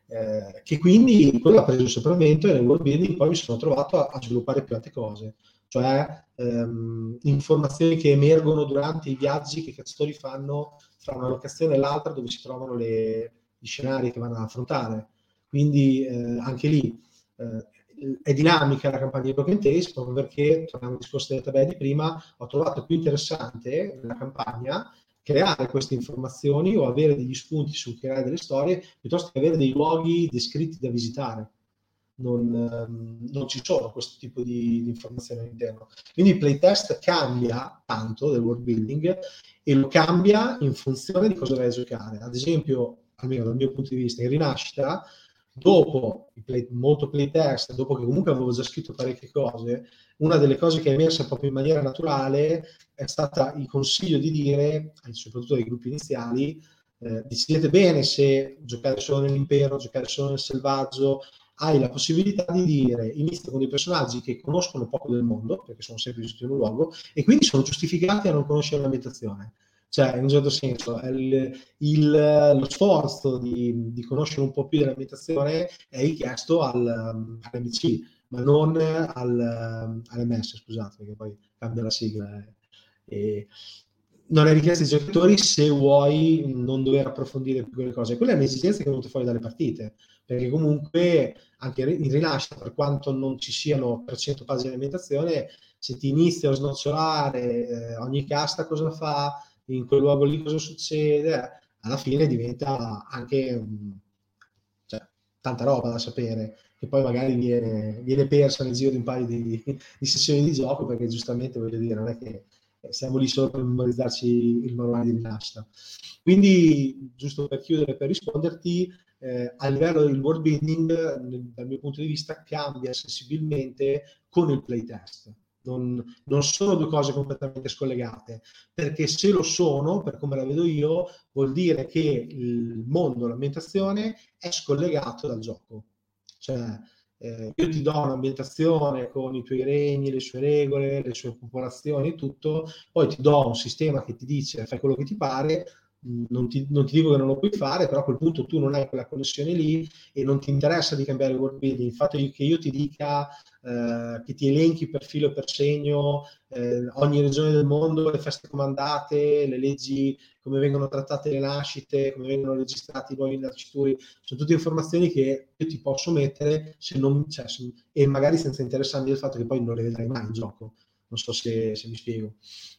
eh, che quindi quello ha preso il sopravvento e nel world building poi mi sono trovato a, a sviluppare più altre cose. Cioè ehm, informazioni che emergono durante i viaggi che i cacciatori fanno tra una locazione e l'altra dove si trovano le, gli scenari che vanno ad affrontare. Quindi eh, anche lì eh, è dinamica la campagna di Broken Tales, proprio perché, tornando al discorso delle tabelle di prima, ho trovato più interessante la campagna creare queste informazioni o avere degli spunti sul creare delle storie piuttosto che avere dei luoghi descritti da visitare. Non, non ci sono questo tipo di, di informazioni all'interno. Quindi il playtest cambia tanto del world building e lo cambia in funzione di cosa vai a giocare. Ad esempio, almeno dal mio punto di vista, in Rinascita, dopo il play, molto playtest, dopo che comunque avevo già scritto parecchie cose, una delle cose che è emersa proprio in maniera naturale è stata il consiglio di dire, soprattutto ai gruppi iniziali, eh, decidete bene se giocare solo nell'impero, giocare solo nel selvaggio. Hai la possibilità di dire, inizia con dei personaggi che conoscono poco del mondo, perché sono sempre vissuti in un luogo, e quindi sono giustificati a non conoscere l'ambientazione. Cioè, in un certo senso, il, il, lo sforzo di, di conoscere un po' più dell'ambientazione è richiesto al, all'M C. ma non al, all'M S, scusate, perché poi cambia la sigla. E non è richiesto ai giocatori se vuoi non dover approfondire più quelle cose. Quella è un'esigenza che è venuta fuori dalle partite, perché comunque anche in rilascio, per quanto non ci siano trecento pagine di ambientazione, se ti inizi a snocciolare eh, ogni casta cosa fa, in quel luogo lì cosa succede, alla fine diventa anche um, cioè, tanta roba da sapere, che poi magari viene, viene persa nel giro di un paio di, di sessioni di gioco, perché giustamente voglio dire, non è che siamo lì solo per memorizzarci il manuale di rinascita. Quindi, giusto per chiudere, per risponderti, eh, a livello del world building, dal mio punto di vista, cambia sensibilmente con il playtest. Non, non sono due cose completamente scollegate, perché se lo sono, per come la vedo io, vuol dire che il mondo, l'ambientazione è scollegato dal gioco. Cioè, eh, io ti do un'ambientazione con i tuoi regni, le sue regole, le sue popolazioni e tutto, poi ti do un sistema che ti dice fai quello che ti pare, non ti, non ti dico che non lo puoi fare, però a quel punto tu non hai quella connessione lì e non ti interessa di cambiare il world building. Il fatto che io ti dica eh, che ti elenchi per filo e per segno eh, ogni regione del mondo, le feste comandate, le leggi, come vengono trattate le nascite, come vengono registrati i nuovi nascituri, sono tutte informazioni che io ti posso mettere se non, cioè, se, e magari senza interessarmi del fatto che poi non le vedrai mai in gioco. Non so se, se mi spiego.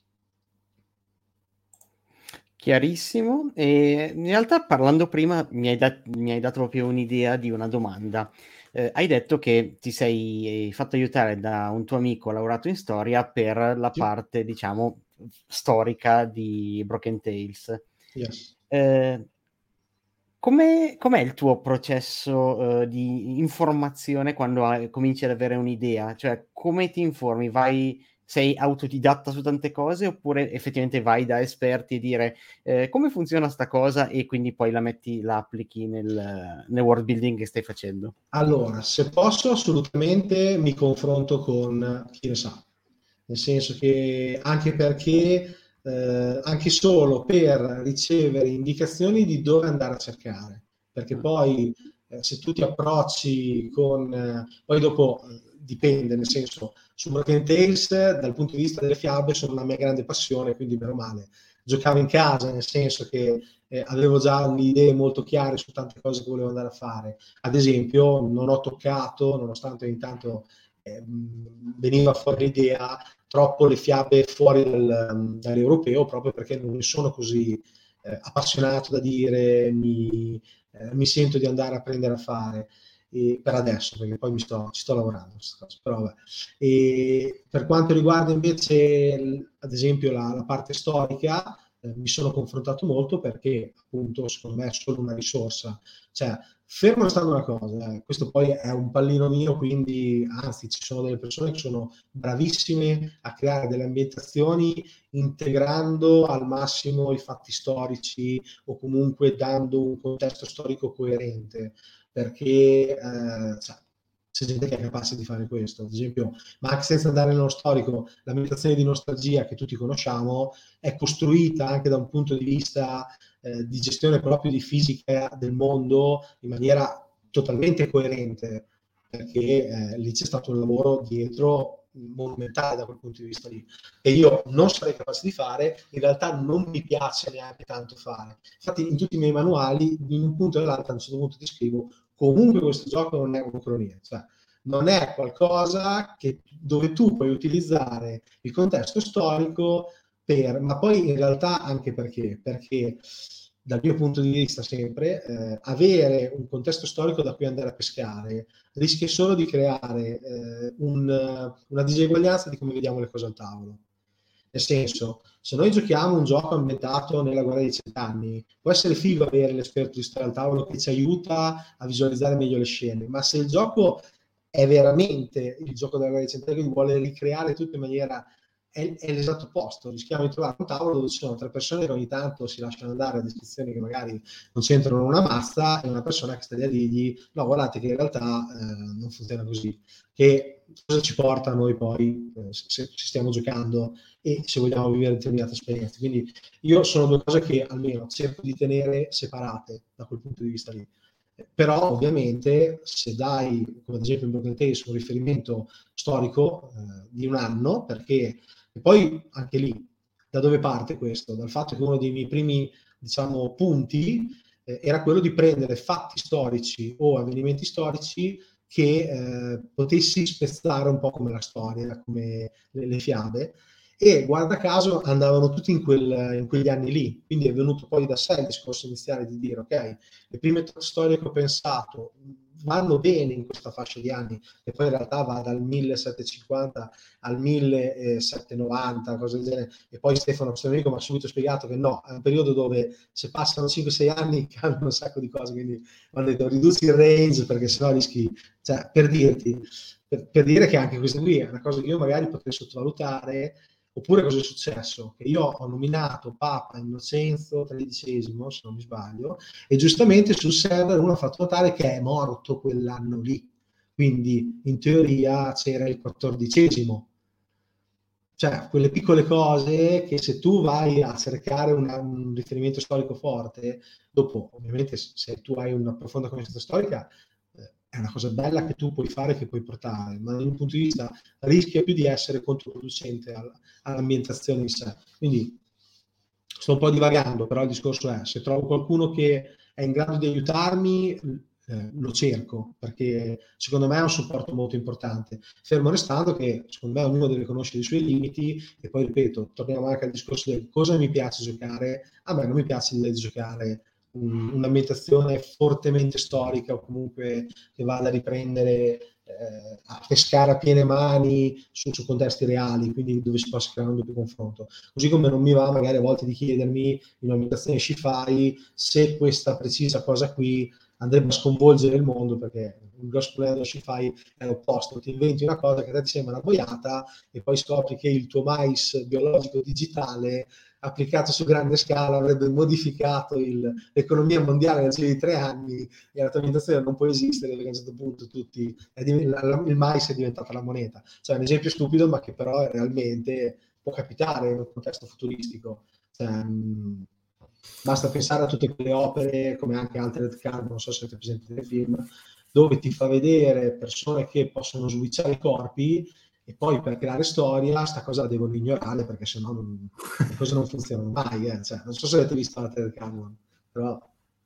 Chiarissimo. E in realtà, parlando prima, mi hai, dat- mi hai dato proprio un'idea di una domanda. Eh, hai detto che ti sei fatto aiutare da un tuo amico laureato in storia per la Sì. parte, diciamo, storica di Broken Tales. Yes. Eh, come, com'è il tuo processo eh, di informazione quando hai- cominci ad avere un'idea? Cioè, come ti informi? Vai, sei autodidatta su tante cose oppure effettivamente vai da esperti e dire eh, come funziona sta cosa e quindi poi la metti, la applichi nel, nel world building che stai facendo? Allora, se posso, assolutamente mi confronto con chi ne sa. Nel senso che anche perché, eh, anche solo per ricevere indicazioni di dove andare a cercare, perché poi eh, se tu ti approcci con, eh, poi dopo eh, dipende, nel senso, su Broken Tales dal punto di vista delle fiabe sono una mia grande passione, quindi meno male. Giocavo in casa, nel senso che eh, avevo già le idee molto chiare su tante cose che volevo andare a fare. Ad esempio, non ho toccato, nonostante intanto eh, veniva fuori l'idea, troppo le fiabe fuori dal, dall'europeo, proprio perché non ne sono così eh, appassionato da dire mi, eh, mi sento di andare a prendere a fare e per adesso, perché poi mi sto, ci sto lavorando però vabbè. E per quanto riguarda invece ad esempio la, la parte storica, eh, mi sono confrontato molto perché appunto secondo me è solo una risorsa, cioè fermo restando una cosa, eh, questo poi è un pallino mio, quindi anzi ci sono delle persone che sono bravissime a creare delle ambientazioni integrando al massimo i fatti storici o comunque dando un contesto storico coerente, perché eh, cioè, c'è gente che è capace di fare questo. Ad esempio, ma anche senza andare nello storico, l'ambientazione di nostalgia che tutti conosciamo è costruita anche da un punto di vista eh, di gestione proprio di fisica del mondo in maniera totalmente coerente, perché eh, lì c'è stato un lavoro dietro monumentale da quel punto di vista lì, e io non sarei capace di fare, in realtà non mi piace neanche tanto fare. Infatti in tutti i miei manuali, in un punto o nell'altro, a un certo punto ti scrivo comunque questo gioco non è un'ucronia, cioè non è qualcosa che, dove tu puoi utilizzare il contesto storico per, ma poi in realtà anche perché, perché dal mio punto di vista sempre, eh, avere un contesto storico da cui andare a pescare rischia solo di creare eh, un, una diseguaglianza di come vediamo le cose al tavolo. Nel senso, se noi giochiamo un gioco ambientato nella guerra dei cent'anni, può essere figo avere l'esperto di storia al tavolo che ci aiuta a visualizzare meglio le scene, ma se il gioco è veramente il gioco della guerra dei cent'anni che vuole ricreare tutto in maniera è, è l'esatto opposto, rischiamo di trovare un tavolo dove ci sono tre persone che ogni tanto si lasciano andare a descrizioni che magari non c'entrano una mazza e una persona che sta lì a dirgli no guardate che in realtà eh, non funziona così, che cosa ci porta a noi poi eh, se ci stiamo giocando e se vogliamo vivere determinate esperienze. Quindi io sono due cose che almeno cerco di tenere separate da quel punto di vista lì. Però ovviamente se dai, come ad esempio in Broken Tales, un riferimento storico eh, di un anno, perché e poi anche lì, da dove parte questo? Dal fatto che uno dei miei primi, diciamo, punti eh, era quello di prendere fatti storici o avvenimenti storici che eh, potessi spezzare un po' come la storia, come le, le fiabe, e guarda caso andavano tutti in, quel, in quegli anni lì, quindi è venuto poi da sé il discorso iniziale di dire ok, le prime tre storie che ho pensato vanno bene in questa fascia di anni, che poi in realtà va dal millesettecentocinquanta al millesettecentonovanta, cose del genere, e poi Stefano, questo amico, mi ha subito spiegato che no, è un periodo dove se passano cinque sei anni cambiano un sacco di cose, quindi mi hanno detto riduci il range perché sennò rischi, cioè per dirti, per, per dire che anche questa qui è una cosa che io magari potrei sottovalutare. Oppure cosa è successo? Che io ho nominato Papa Innocenzo tredicesimo, se non mi sbaglio, e giustamente sul server uno ha fatto notare che è morto quell'anno lì. Quindi in teoria c'era il quattordicesimo. Cioè, quelle piccole cose che se tu vai a cercare una, un riferimento storico forte, dopo, ovviamente, se tu hai una profonda conoscenza storica, è una cosa bella che tu puoi fare, che puoi portare, ma da un punto di vista rischia più di essere controproducente all'ambientazione in sé. Quindi sto un po' divagando, però il discorso è, se trovo qualcuno che è in grado di aiutarmi, eh, lo cerco, perché secondo me è un supporto molto importante, fermo restando che secondo me ognuno deve conoscere i suoi limiti, e poi ripeto, torniamo anche al discorso del cosa mi piace giocare. A me non mi piace l'idea di giocare un'ambientazione fortemente storica o comunque che vada a riprendere eh, a pescare a piene mani su, su contesti reali, quindi dove si possa creare un doppio confronto. Così come non mi va magari a volte di chiedermi in un'ambientazione sci-fi se questa precisa cosa qui andrebbe a sconvolgere il mondo, perché il grosso problema dello sci-fi è l'opposto: ti inventi una cosa che a te ti sembra una boiata e poi scopri che il tuo mais biologico digitale applicato su grande scala avrebbe modificato il, l'economia mondiale nel giro di tre anni, e la tua ambientazione non può esistere perché a un certo punto tutti, è, la, il mais è diventata la moneta. Cioè, è un esempio stupido, ma che però realmente può capitare in un contesto futuristico. Cioè, mh, basta pensare a tutte quelle opere, come anche Altered Carbon, non so se avete presente nel film, dove ti fa vedere persone che possono switchare i corpi, e poi per creare storia sta cosa la devono ignorare, perché sennò non, le cose non funzionano mai. Eh. Cioè, non so se avete visto Altered Carbon, però...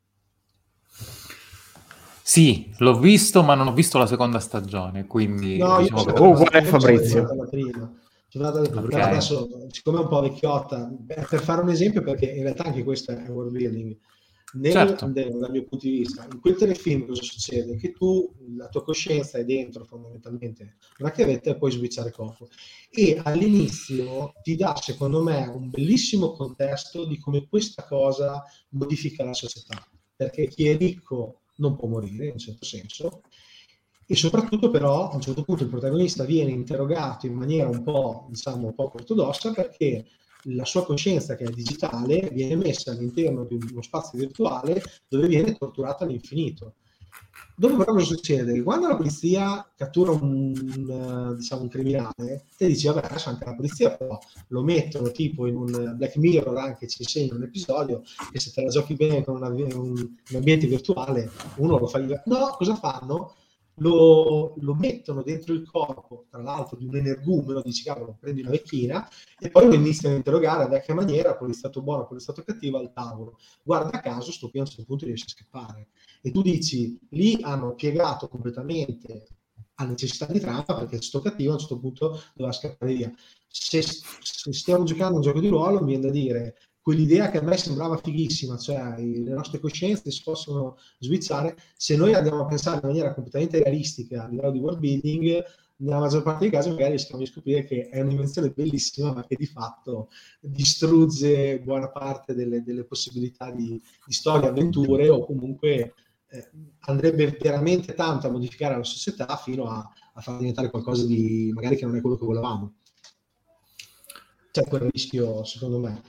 Sì, l'ho visto, ma non ho visto la seconda stagione, quindi... No, diciamo io che... Oh, guarda Fabrizio. La prima. Okay. Okay. Adesso, siccome è un po' vecchiotta, per fare un esempio, perché in realtà anche questo è world building, nel, Certo. nel, dal mio punto di vista, in quel telefilm cosa succede? Che tu, la tua coscienza è dentro fondamentalmente una chiavetta e puoi switchare corpo, e all'inizio ti dà, secondo me, un bellissimo contesto di come questa cosa modifica la società, perché chi è ricco non può morire in un certo senso, e soprattutto però a un certo punto il protagonista viene interrogato in maniera un po', diciamo, un po' ortodossa, perché la sua coscienza, che è digitale, viene messa all'interno di uno spazio virtuale dove viene torturata all'infinito. Dopo però cosa succede? Che quando la polizia cattura un, un, diciamo, un criminale, te dici vabbè, adesso anche la polizia però lo mettono tipo in un Black Mirror, anche ci insegna un episodio, e se te la giochi bene con una, un, un ambiente virtuale uno lo fa. No, cosa fanno? Lo, lo mettono dentro il corpo, tra l'altro di un energumeno, dici cavolo, prendi una vecchina, e poi lo iniziano a interrogare a vecchia maniera, quello è stato buono, quello è stato cattivo, al tavolo. Guarda caso, sto qui a un certo punto riesce a scappare, e tu dici, lì hanno piegato completamente a necessità di trama, perché sto cattivo a un certo punto doveva scappare via. Se, se stiamo giocando un gioco di ruolo, mi viene da dire, quell'idea che a me sembrava fighissima, cioè le nostre coscienze si possono switchare, se noi andiamo a pensare in maniera completamente realistica a livello di world building, nella maggior parte dei casi magari rischiamo di scoprire che è un'invenzione bellissima, ma che di fatto distrugge buona parte delle, delle possibilità di, di storie, avventure, o comunque eh, andrebbe veramente tanto a modificare la società fino a, a far diventare qualcosa di magari che non è quello che volevamo. C'è quel rischio, secondo me,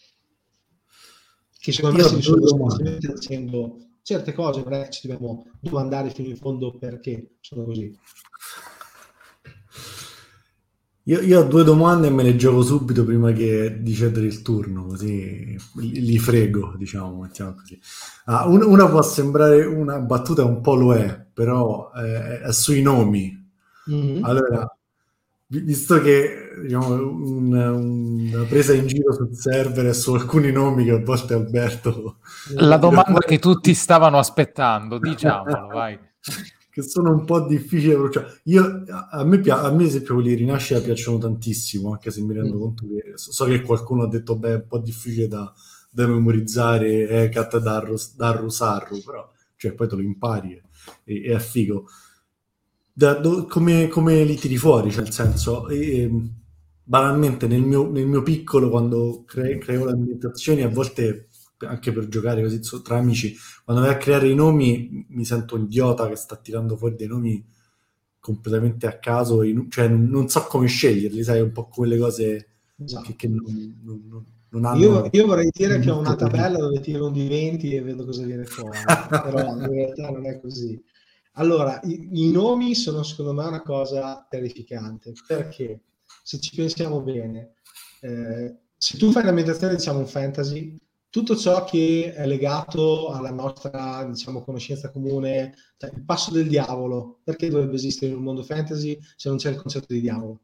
che secondo me si risolve semplicemente dicendo certe cose non è che ci dobbiamo domandare fino in fondo perché sono così. Io, io ho due domande e me le gioco subito prima che di cedere il turno, così li, li frego, diciamo, mettiamo così. Ah, un- una può sembrare una battuta, un po' lo è, però eh, è sui nomi. Mhm. Allora, vi- visto che diciamo, un- una presa in giro sul server e su alcuni nomi che a volte Alberto La tira domanda fuori, che tutti stavano aspettando, diciamolo, vai. che sono un po' difficili da pronunciare. Io, a, a me, pia- a me, ad esempio, quelli di Rinascita piacciono tantissimo, anche se mi rendo Mm. conto che so, so che qualcuno ha detto, beh, è un po' difficile da, da memorizzare, è Cat Darru, Darru Sarru, però cioè, poi te lo impari e, e è figo. Da, do- come, come li tiri fuori? Cioè, nel senso, eh, banalmente nel mio, nel mio piccolo, quando cre- creo le ambientazioni, a volte anche per giocare così so- tra amici, quando vai a creare i nomi mi sento un idiota che sta tirando fuori dei nomi completamente a caso, in- cioè non, non so come sceglierli, sai, un po' come le cose che, che Esatto. non, non- non- non Io, hanno io vorrei dire un che ho gusto una preciso. tabella dove tiro un di venti e vedo cosa viene fuori, però in realtà non è così. Allora, i, i nomi sono secondo me una cosa terrificante, perché se ci pensiamo bene, eh, se tu fai un'ambientazione, diciamo, un fantasy, tutto ciò che è legato alla nostra, diciamo, conoscenza comune, cioè il passo del diavolo, perché dovrebbe esistere in un mondo fantasy se non c'è il concetto di diavolo?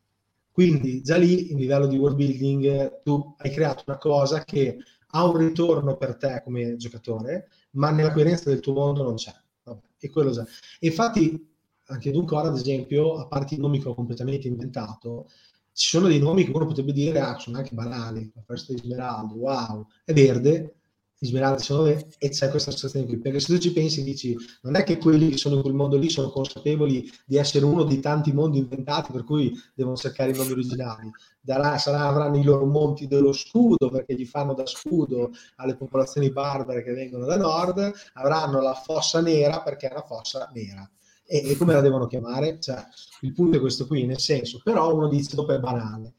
Quindi già lì, in livello di world building, tu hai creato una cosa che ha un ritorno per te come giocatore, ma nella coerenza del tuo mondo non c'è. Vabbè, e quello già. E infatti, anche Duncore, ad esempio, a parte i nomi che ho completamente inventato, ci sono dei nomi che uno potrebbe dire, ah, sono anche banali. La festa di Smeraldo, wow, è verde, gli Smeraldi sono verdi, e c'è questa associazione qui. Perché se tu ci pensi, dici, non è che quelli che sono in quel mondo lì sono consapevoli di essere uno dei tanti mondi inventati, per cui devono cercare i nomi originali. Darà, sarà, avranno i loro monti dello scudo, perché gli fanno da scudo alle popolazioni barbare che vengono da nord, avranno la fossa nera perché è una fossa nera. E, e come la devono chiamare? Cioè, il punto è questo qui, nel senso, però uno dice dopo è banale.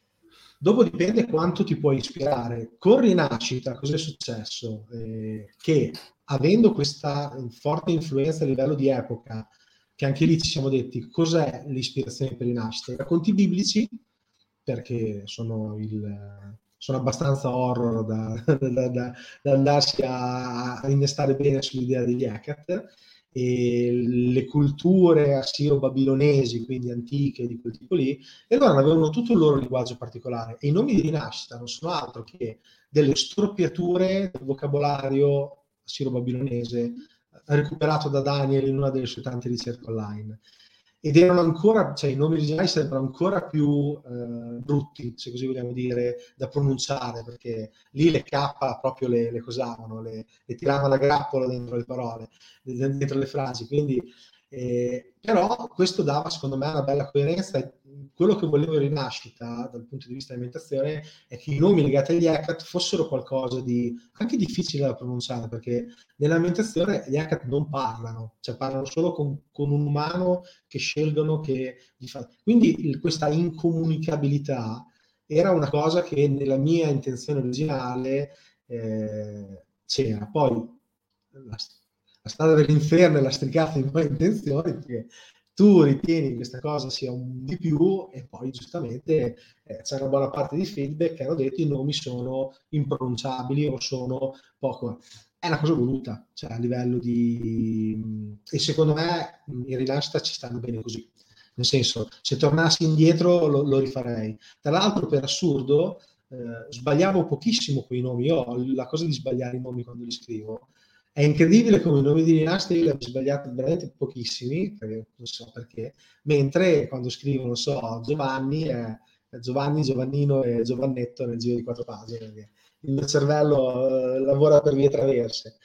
Dopo dipende quanto ti puoi ispirare. Con Rinascita cosa è successo? Eh, che avendo questa forte influenza a livello di epoca, che anche lì ci siamo detti cos'è l'ispirazione per Rinascita? I racconti biblici, perché sono, il, sono abbastanza horror da, da, da, da andarsi a, a innestare bene sull'idea degli Hecate, e le culture assiro-babilonesi, quindi antiche di quel tipo lì, e loro avevano tutto il loro linguaggio particolare. E i nomi di Rinascita non sono altro che delle storpiature del vocabolario assiro-babilonese recuperato da Daniel in una delle sue tante ricerche online. Ed erano ancora, cioè i nomi originali sembrano ancora più eh, brutti, se così vogliamo dire, da pronunciare, perché lì le K proprio le, le cosavano, le, le tiravano a grappolo dentro le parole, dentro le frasi, quindi eh, però questo dava secondo me una bella coerenza. Quello che volevo in Rinascita dal punto di vista dell'ambientazione è che i nomi legati agli Hecate fossero qualcosa di anche difficile da pronunciare, perché nell'ambientazione gli Hecate non parlano, cioè parlano solo con, con un umano che scelgono che gli fa... Quindi il, questa incomunicabilità era una cosa che nella mia intenzione originale eh, c'era. Poi la, la strada dell'inferno è lastricata in poi intenzioni, perché tu ritieni che questa cosa sia un di più e poi giustamente eh, c'è una buona parte di feedback che hanno detto i nomi sono impronunciabili o sono poco. È una cosa voluta, cioè a livello di... e secondo me in Rinascita ci stanno bene così. Nel senso, se tornassi indietro lo, lo rifarei. Tra l'altro, per assurdo, eh, sbagliavo pochissimo quei nomi. Io ho la cosa di sbagliare i nomi quando li scrivo. È incredibile come i nomi di Rinascita io li ho sbagliati veramente pochissimi, perché non so perché, mentre quando scrivo, non so, Giovanni, è Giovanni, Giovannino e Giovannetto nel giro di quattro pagine. Il mio cervello eh, lavora per vie traverse.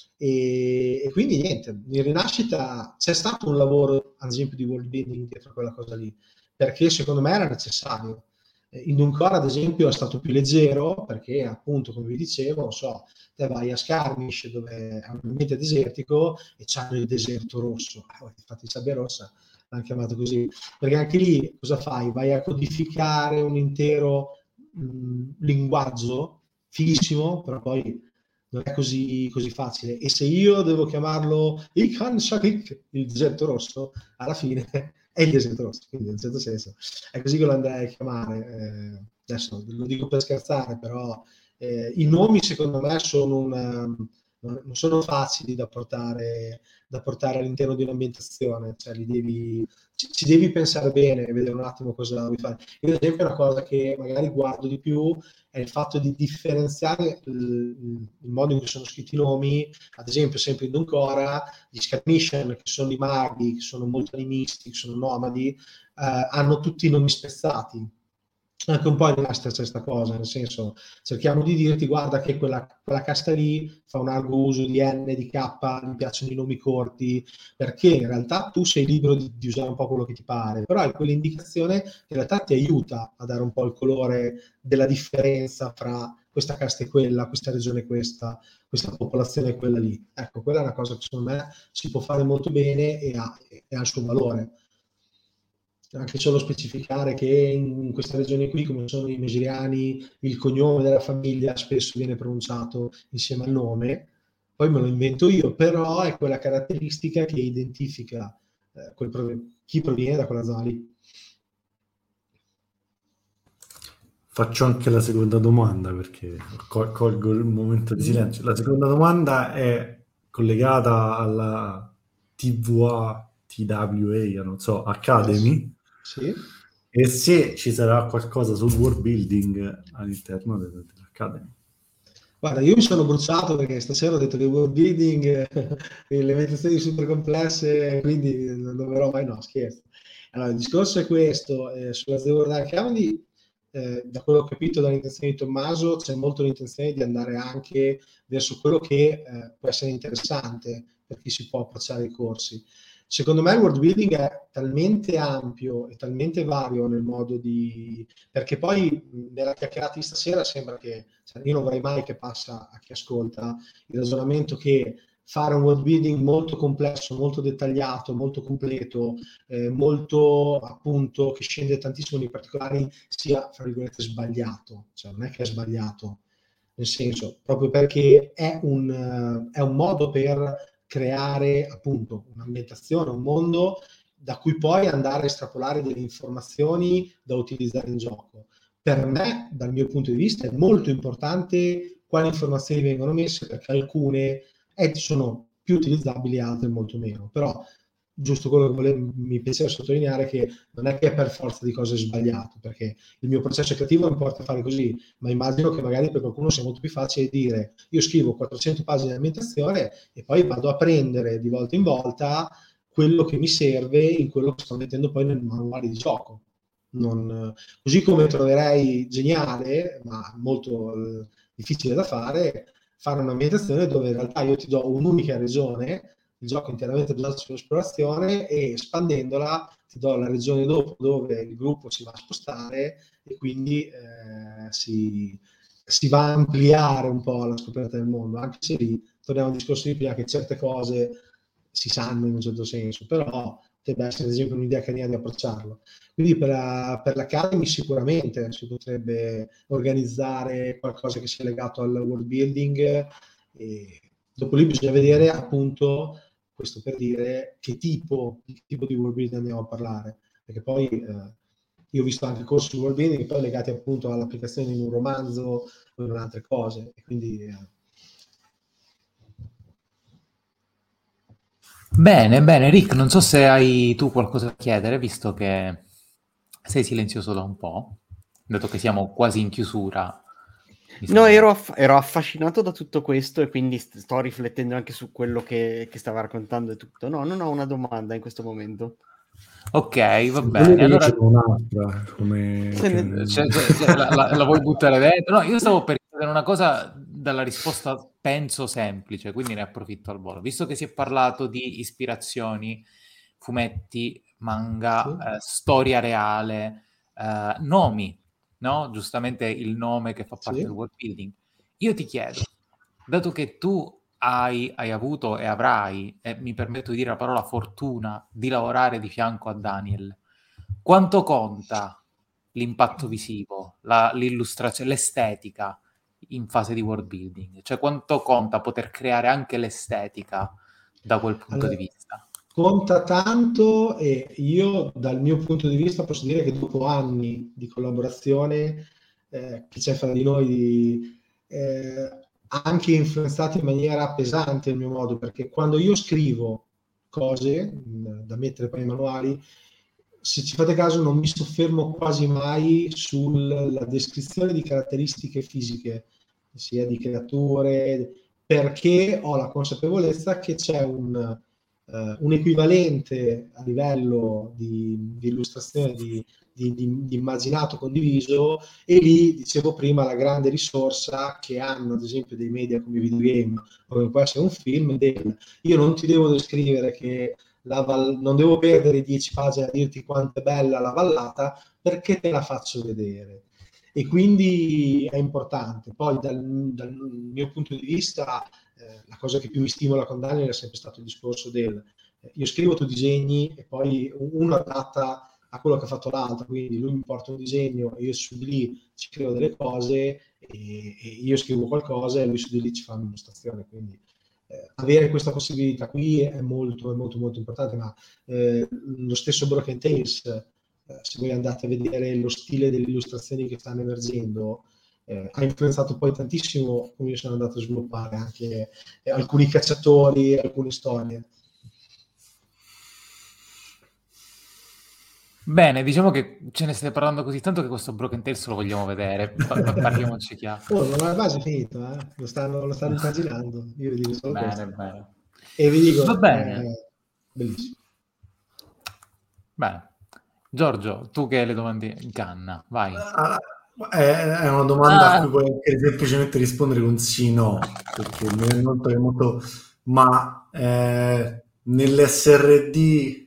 E, e quindi niente, in Rinascita c'è stato un lavoro, ad esempio, di world building dietro a quella cosa lì, perché secondo me era necessario. In Duncore, ad esempio, è stato più leggero perché, appunto, come vi dicevo, non so, te vai a Skirmish dove è un ambiente desertico e c'hanno il deserto rosso. Eh, infatti Sabbia Rossa l'hanno chiamato così, perché anche lì cosa fai? Vai a codificare un intero mh, linguaggio fighissimo, però poi non è così, così facile. E se io devo chiamarlo Ikhan Shakik, il deserto rosso, alla fine è il deserto rosso, quindi in un certo senso è così che lo andrei a chiamare. Eh, adesso lo dico per scherzare, però eh, i nomi secondo me sono una, non sono facili da portare, da portare all'interno di un'ambientazione, cioè li devi, ci, ci devi pensare bene e vedere un attimo cosa vuoi fare. Io ad esempio una cosa che magari guardo di più è il fatto di differenziare il, il modo in cui sono scritti i nomi, ad esempio sempre in Doncora, gli Scatmission, che sono i maghi, che sono molto animisti, che sono nomadi, eh, hanno tutti i nomi spezzati. Anche un po' in Master c'è questa cosa, nel senso, cerchiamo di dirti, guarda che quella, quella casta lì fa un largo uso di N, di K, mi piacciono i nomi corti, perché in realtà tu sei libero di, di usare un po' quello che ti pare, però è quell'indicazione che in realtà ti aiuta a dare un po' il colore della differenza fra questa casta e quella, questa regione e questa, questa popolazione e quella lì. Ecco, quella è una cosa che secondo me si può fare molto bene e ha, e ha il suo valore. Anche solo specificare che in questa regione qui, come sono i mesiriani, il cognome della famiglia spesso viene pronunciato insieme al nome, poi me lo invento io, però è quella caratteristica che identifica eh, quel, chi proviene da quella zona lì. Faccio anche la seconda domanda perché col- colgo il momento di silenzio. La seconda domanda è collegata alla T V A, T W A, non so, Academy. Sì. E se ci sarà qualcosa sul world building all'interno dell'Academy. Guarda, io mi sono bruciato perché stasera ho detto che world building e le meditazioni super complesse, quindi non dovrò mai, no, scherzo. Allora, il discorso è questo, eh, sulla The World Academy, eh, da quello che ho capito dall'intenzione di Tommaso, c'è molto l'intenzione di andare anche verso quello che eh, può essere interessante per chi si può approcciare ai corsi. Secondo me il world building è talmente ampio e talmente vario nel modo di... perché poi nella chiacchierata di stasera sembra che, cioè, io non vorrei mai che passa a chi ascolta il ragionamento che fare un world building molto complesso, molto dettagliato, molto completo, eh, molto appunto che scende tantissimo nei particolari sia, fra virgolette, sbagliato. Cioè non è che è sbagliato, nel senso, proprio perché è un, uh, è un modo per creare appunto un'ambientazione, un mondo da cui poi andare a estrapolare delle informazioni da utilizzare in gioco. Per me, dal mio punto di vista, è molto importante quali informazioni vengono messe, perché alcune sono più utilizzabili, altre molto meno. Però giusto quello che volevo, mi piaceva sottolineare che non è che è per forza di cose sbagliato, perché il mio processo creativo non porta a fare così, ma immagino che magari per qualcuno sia molto più facile dire io scrivo quattrocento pagine di ambientazione e poi vado a prendere di volta in volta quello che mi serve in quello che sto mettendo poi nel manuale di gioco. Non, così come troverei geniale, ma molto eh, difficile da fare, fare un'ambientazione dove in realtà io ti do un'unica regione, il gioco è interamente basato sull'esplorazione e espandendola ti do la regione dopo dove il gruppo si va a spostare e quindi eh, si, si va a ampliare un po' la scoperta del mondo, anche se lì torniamo al discorso di prima che certe cose si sanno in un certo senso, però potrebbe essere ad esempio un'idea carina di approcciarlo. Quindi per, la, per l'Academy sicuramente si potrebbe organizzare qualcosa che sia legato al world building e dopo lì bisogna vedere appunto, questo per dire, che tipo, che tipo di world building andiamo a parlare, perché poi eh, io ho visto anche corsi di world building poi legati appunto all'applicazione in un romanzo o in altre cose, e quindi... Eh, Bene, bene, Rick, non so se hai tu qualcosa da chiedere, visto che sei silenzioso da un po', dato che siamo quasi in chiusura. No, ero, aff- ero affascinato da tutto questo e quindi st- sto riflettendo anche su quello che, che stava raccontando e tutto. No, non ho una domanda in questo momento. Ok, va bene. Allora, un'altra, come... cioè, cioè, cioè, la, la, la vuoi buttare dentro? No, io stavo per chiedere una cosa dalla risposta penso semplice, quindi ne approfitto al volo. Visto che si è parlato di ispirazioni, fumetti, manga, sì. eh, storia reale, eh, nomi, no? Giustamente il nome che fa parte Sì. del world building. Io ti chiedo, dato che tu hai, hai avuto e avrai, e mi permetto di dire la parola fortuna, di lavorare di fianco a Daniel, quanto conta l'impatto visivo, la, l'illustrazione, l'estetica in fase di world building? Cioè quanto conta poter creare anche l'estetica da quel punto Allora, di vista? Conta tanto, e io dal mio punto di vista posso dire che dopo anni di collaborazione eh, che c'è fra di noi, eh, ha anche influenzato in maniera pesante il mio modo, perché quando io scrivo cose mh, da mettere poi nei manuali, se ci fate caso non mi soffermo quasi mai sulla descrizione di caratteristiche fisiche, sia di creature, perché ho la consapevolezza che c'è un Uh, un equivalente a livello di, di illustrazione, di, di, di, di immaginato condiviso, e lì, dicevo prima, la grande risorsa che hanno ad esempio dei media come i videogame o come può essere un film, del, io non ti devo descrivere che la val- non devo perdere dieci pagine a dirti quanto è bella la vallata, perché te la faccio vedere. E quindi è importante. Poi dal, dal mio punto di vista eh, la cosa che più mi stimola con Daniel è sempre stato il discorso del eh, io scrivo, tu disegni, e poi uno adatta a quello che ha fatto l'altro, quindi lui mi porta un disegno e io su di lì ci creo delle cose, e, e io scrivo qualcosa e lui su di lì ci fa un'illustrazione, quindi eh, avere questa possibilità qui è molto molto molto importante. Ma eh, lo stesso Broken Tales, eh, se voi andate a vedere lo stile delle illustrazioni che stanno emergendo, eh, ha influenzato poi tantissimo come io sono andato a sviluppare anche eh, alcuni cacciatori, alcune storie. Bene, diciamo che ce ne stai parlando così tanto che questo Broken Tales lo vogliamo vedere. Pa- parliamoci chiaro. Oh, non è quasi finito, eh? lo stanno, lo stanno immaginando. Io vi dico solo Bene, questo. bene. E vi dico, Va bene. Eh, bellissimo. Bene. Giorgio, tu che hai le domande in canna, vai. Ah, è una domanda Ah. a cui puoi anche semplicemente rispondere con sì no, perché mi rendo conto che è molto... Ma eh, nell'S R D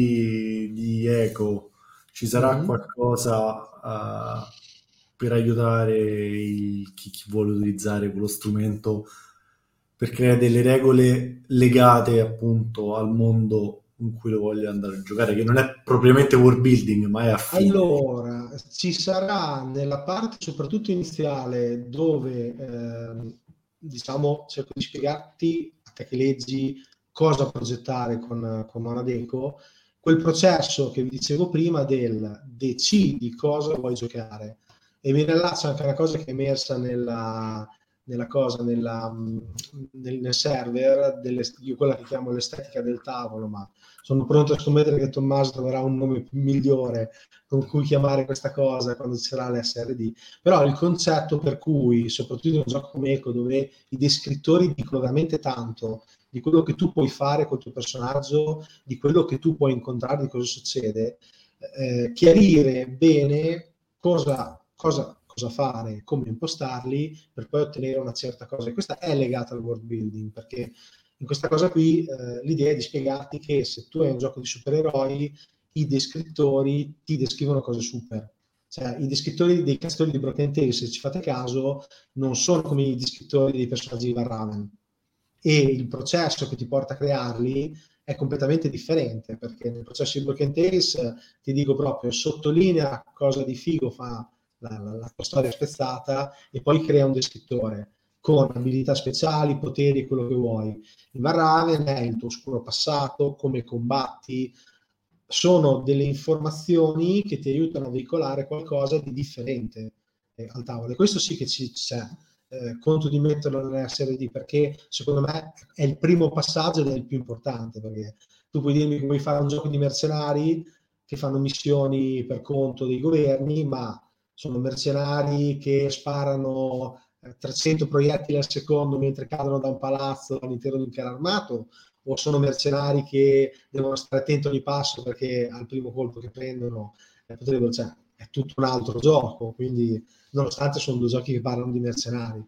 di, di Eco ci sarà Mhm. qualcosa uh, per aiutare il, chi, chi vuole utilizzare quello strumento per creare delle regole legate appunto al mondo in cui lo voglio andare a giocare, che non è propriamente world building, ma è affine. Allora, ci sarà nella parte soprattutto iniziale dove ehm, diciamo cerco di spiegarti a te che leggi cosa progettare con, con Monadeco, quel processo che vi dicevo prima del decidi cosa vuoi giocare, e mi rilaccio anche a una cosa che è emersa nella, nella cosa, nella, nel, nel server, delle, io quella che chiamo l'estetica del tavolo, ma sono pronto a scommettere che Tommaso troverà un nome migliore con cui chiamare questa cosa quando ci sarà l'S R D. Però il concetto per cui, soprattutto in un gioco come Eco, dove i descrittori dicono veramente tanto di quello che tu puoi fare col tuo personaggio, di quello che tu puoi incontrare, di cosa succede, eh, chiarire bene cosa, cosa, cosa fare, come impostarli per poi ottenere una certa cosa. E questa è legata al world building, perché in questa cosa qui eh, l'idea è di spiegarti che se tu hai un gioco di supereroi, i descrittori ti descrivono cose super. Cioè, i descrittori dei cazzatori di Broken Tales, se ci fate caso, non sono come i descrittori dei personaggi di Varraven. E il processo che ti porta a crearli è completamente differente, perché nel processo di Broken Tales ti dico proprio, sottolinea cosa di figo fa la, la, la tua storia spezzata e poi crea un descrittore con abilità speciali, poteri, quello che vuoi. Il Varraven è il tuo oscuro passato, come combatti, sono delle informazioni che ti aiutano a veicolare qualcosa di differente eh, al tavolo, e questo sì che ci c'è. Eh, conto di metterlo nella serie D, perché secondo me è il primo passaggio ed è il più importante, perché tu puoi dirmi che vuoi fare un gioco di mercenari che fanno missioni per conto dei governi, ma sono mercenari che sparano trecento proiettili al secondo mentre cadono da un palazzo all'interno di un carro armato, o sono mercenari che devono stare attenti a ogni passo perché al primo colpo che prendono eh, potrebbero, cioè, è tutto un altro gioco, quindi nonostante sono due giochi che parlano di mercenari.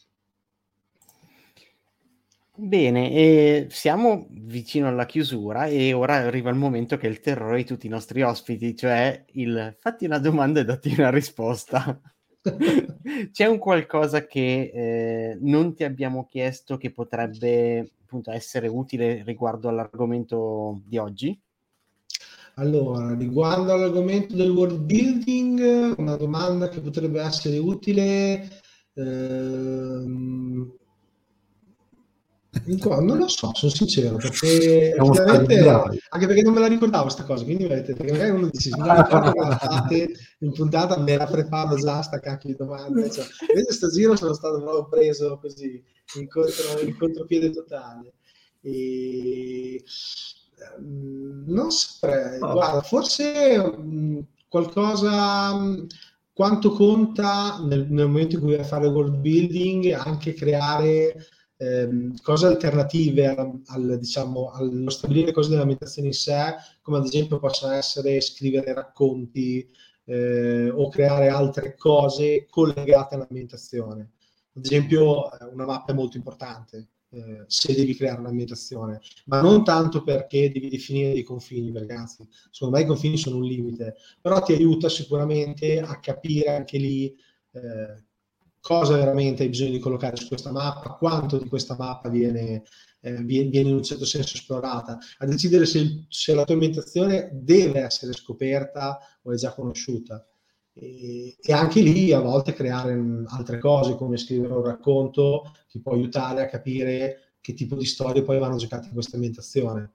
Bene, e siamo vicino alla chiusura e ora arriva il momento che è il terrore di tutti i nostri ospiti, cioè il fatti una domanda e datti una risposta. C'è un qualcosa che eh, non ti abbiamo chiesto che potrebbe appunto essere utile riguardo all'argomento di oggi? Allora, riguardo all'argomento del world building, una domanda che potrebbe essere utile, ehm, Non lo so, sono sincero, perché Siamo stati effettivamente, bravi. anche perché non me la ricordavo questa cosa, quindi vedete, perché magari uno dice, mi ricordo che la fate in puntata, me la preparo già, sta cacchio di domande, cioè, invece sto giro sono stato proprio preso così, in, contro, in contropiede totale. E... non saprei, Oh. guarda, forse mh, qualcosa... Mh, quanto conta nel, nel momento in cui vai a fare world building anche creare ehm, cose alternative al, al, diciamo, allo stabilire cose dell'ambientazione in sé, come ad esempio possono essere scrivere racconti eh, o creare altre cose collegate all'ambientazione. Ad esempio una mappa è molto importante eh, se devi creare un'ambientazione, ma non tanto perché devi definire dei confini, perché anzi, secondo me i confini sono un limite, però ti aiuta sicuramente a capire anche lì eh, cosa veramente hai bisogno di collocare su questa mappa, quanto di questa mappa viene, eh, viene in un certo senso esplorata, a decidere se, se la tua ambientazione deve essere scoperta o è già conosciuta. E, e anche lì a volte creare mh, altre cose, come scrivere un racconto, ti può aiutare a capire che tipo di storie poi vanno giocate in questa ambientazione.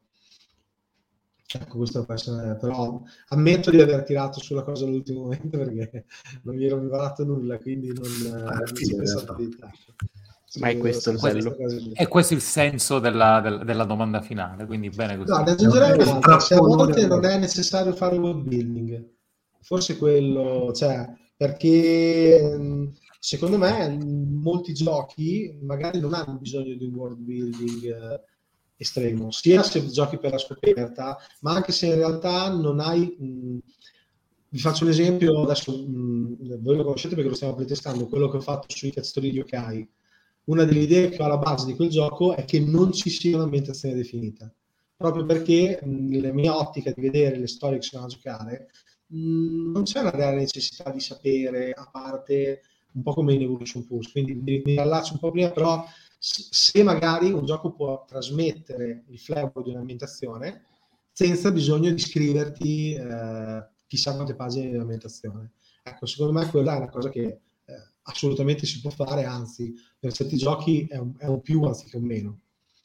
Ecco, questo può essere, però ammetto di aver tirato sulla cosa all'ultimo momento perché non mi ero preparato nulla, quindi non, Ah, non ci ho pensato di tanto. Ma è questo il bello. E questo è il senso della, del, della domanda finale, quindi bene così. No, ne aggiungerei un'altra, se a volte non è necessario fare world building, forse quello, cioè, perché secondo me molti giochi magari non hanno bisogno di un world building eh, estremo, sia se giochi per la scoperta, ma anche se in realtà non hai... Mh, vi faccio un esempio, adesso mh, voi lo conoscete perché lo stiamo playtestando, quello che ho fatto sui Cazzatori di Yokai. Una delle idee che ho alla base di quel gioco è che non ci sia un'ambientazione definita, proprio perché nella mia ottica di vedere le storie che si vanno a giocare mh, non c'è una reale necessità di sapere, a parte un po' come in Evolution Pulse, quindi mi, mi allaccio un po' prima, però se magari un gioco può trasmettere il flavor di un'ambientazione senza bisogno di scriverti eh, chissà quante pagine di ambientazione. Ecco, secondo me quella è una cosa che eh, assolutamente si può fare, anzi per certi giochi è un, è un più anziché un meno.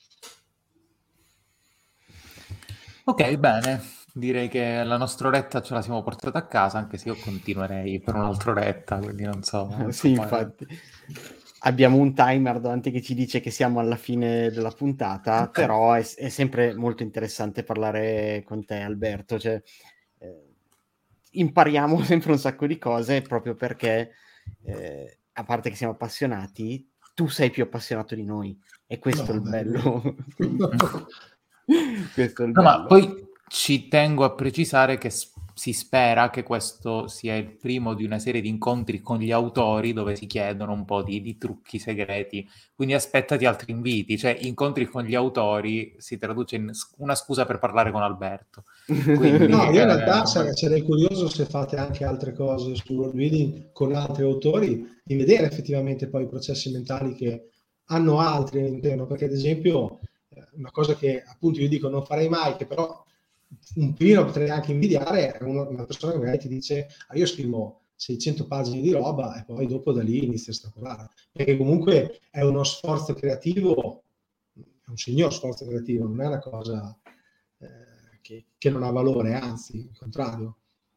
Ok, bene, direi che la nostra oretta ce la siamo portata a casa, anche se io continuerei per un'altra oretta, quindi non so. Non sì, so infatti. Abbiamo un timer davanti che ci dice che siamo alla fine della puntata, okay. Però è, è sempre molto interessante parlare con te, Alberto, cioè eh, impariamo sempre un sacco di cose proprio perché eh, a parte che siamo appassionati, tu sei più appassionato di noi e questo no, è il bello. Questo è il no, bello. Ma poi ci tengo a precisare che si spera che questo sia il primo di una serie di incontri con gli autori dove si chiedono un po' di, di trucchi segreti, quindi aspettati altri inviti, cioè incontri con gli autori si traduce in una scusa per parlare con Alberto. Quindi, no, io in realtà eh, sarei curioso se fate anche altre cose sul world building con altri autori, di vedere effettivamente poi i processi mentali che hanno altri all'interno, perché ad esempio una cosa che appunto io dico non farei mai, che però un pochino potrei anche invidiare, è uno, una persona che magari ti dice ah, io scrivo seicento pagine di roba e poi dopo da lì inizia a estrapolare, perché comunque è uno sforzo creativo, è un signor sforzo creativo, non è una cosa eh, che, che non ha valore, anzi il contrario.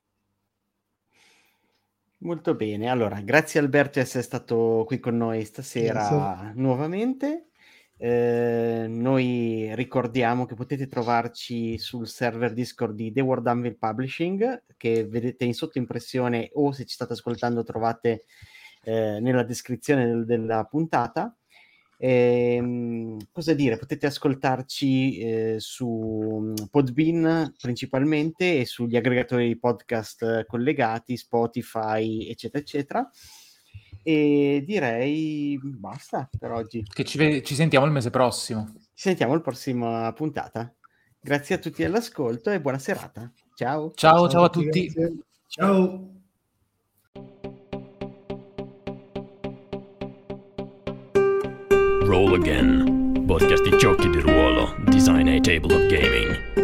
Molto bene, allora grazie Alberto di essere stato qui con noi stasera grazie. Nuovamente. Eh, noi ricordiamo che potete trovarci sul server Discord di The World Anvil Publishing, che vedete in sottoimpressione o se ci state ascoltando trovate eh, nella descrizione del, della puntata. Eh, cosa dire? Potete ascoltarci eh, su Podbean principalmente e sugli aggregatori di podcast collegati, Spotify, eccetera, eccetera. E direi basta per oggi. Che ci, ci sentiamo il mese prossimo. Ci sentiamo alla prossima puntata. Grazie a tutti dell'ascolto e buona serata. Ciao. Ciao, ciao, ciao a tutti. Grazie. Ciao. Roll Again, podcast di giochi di ruolo, Design a Table of Gaming.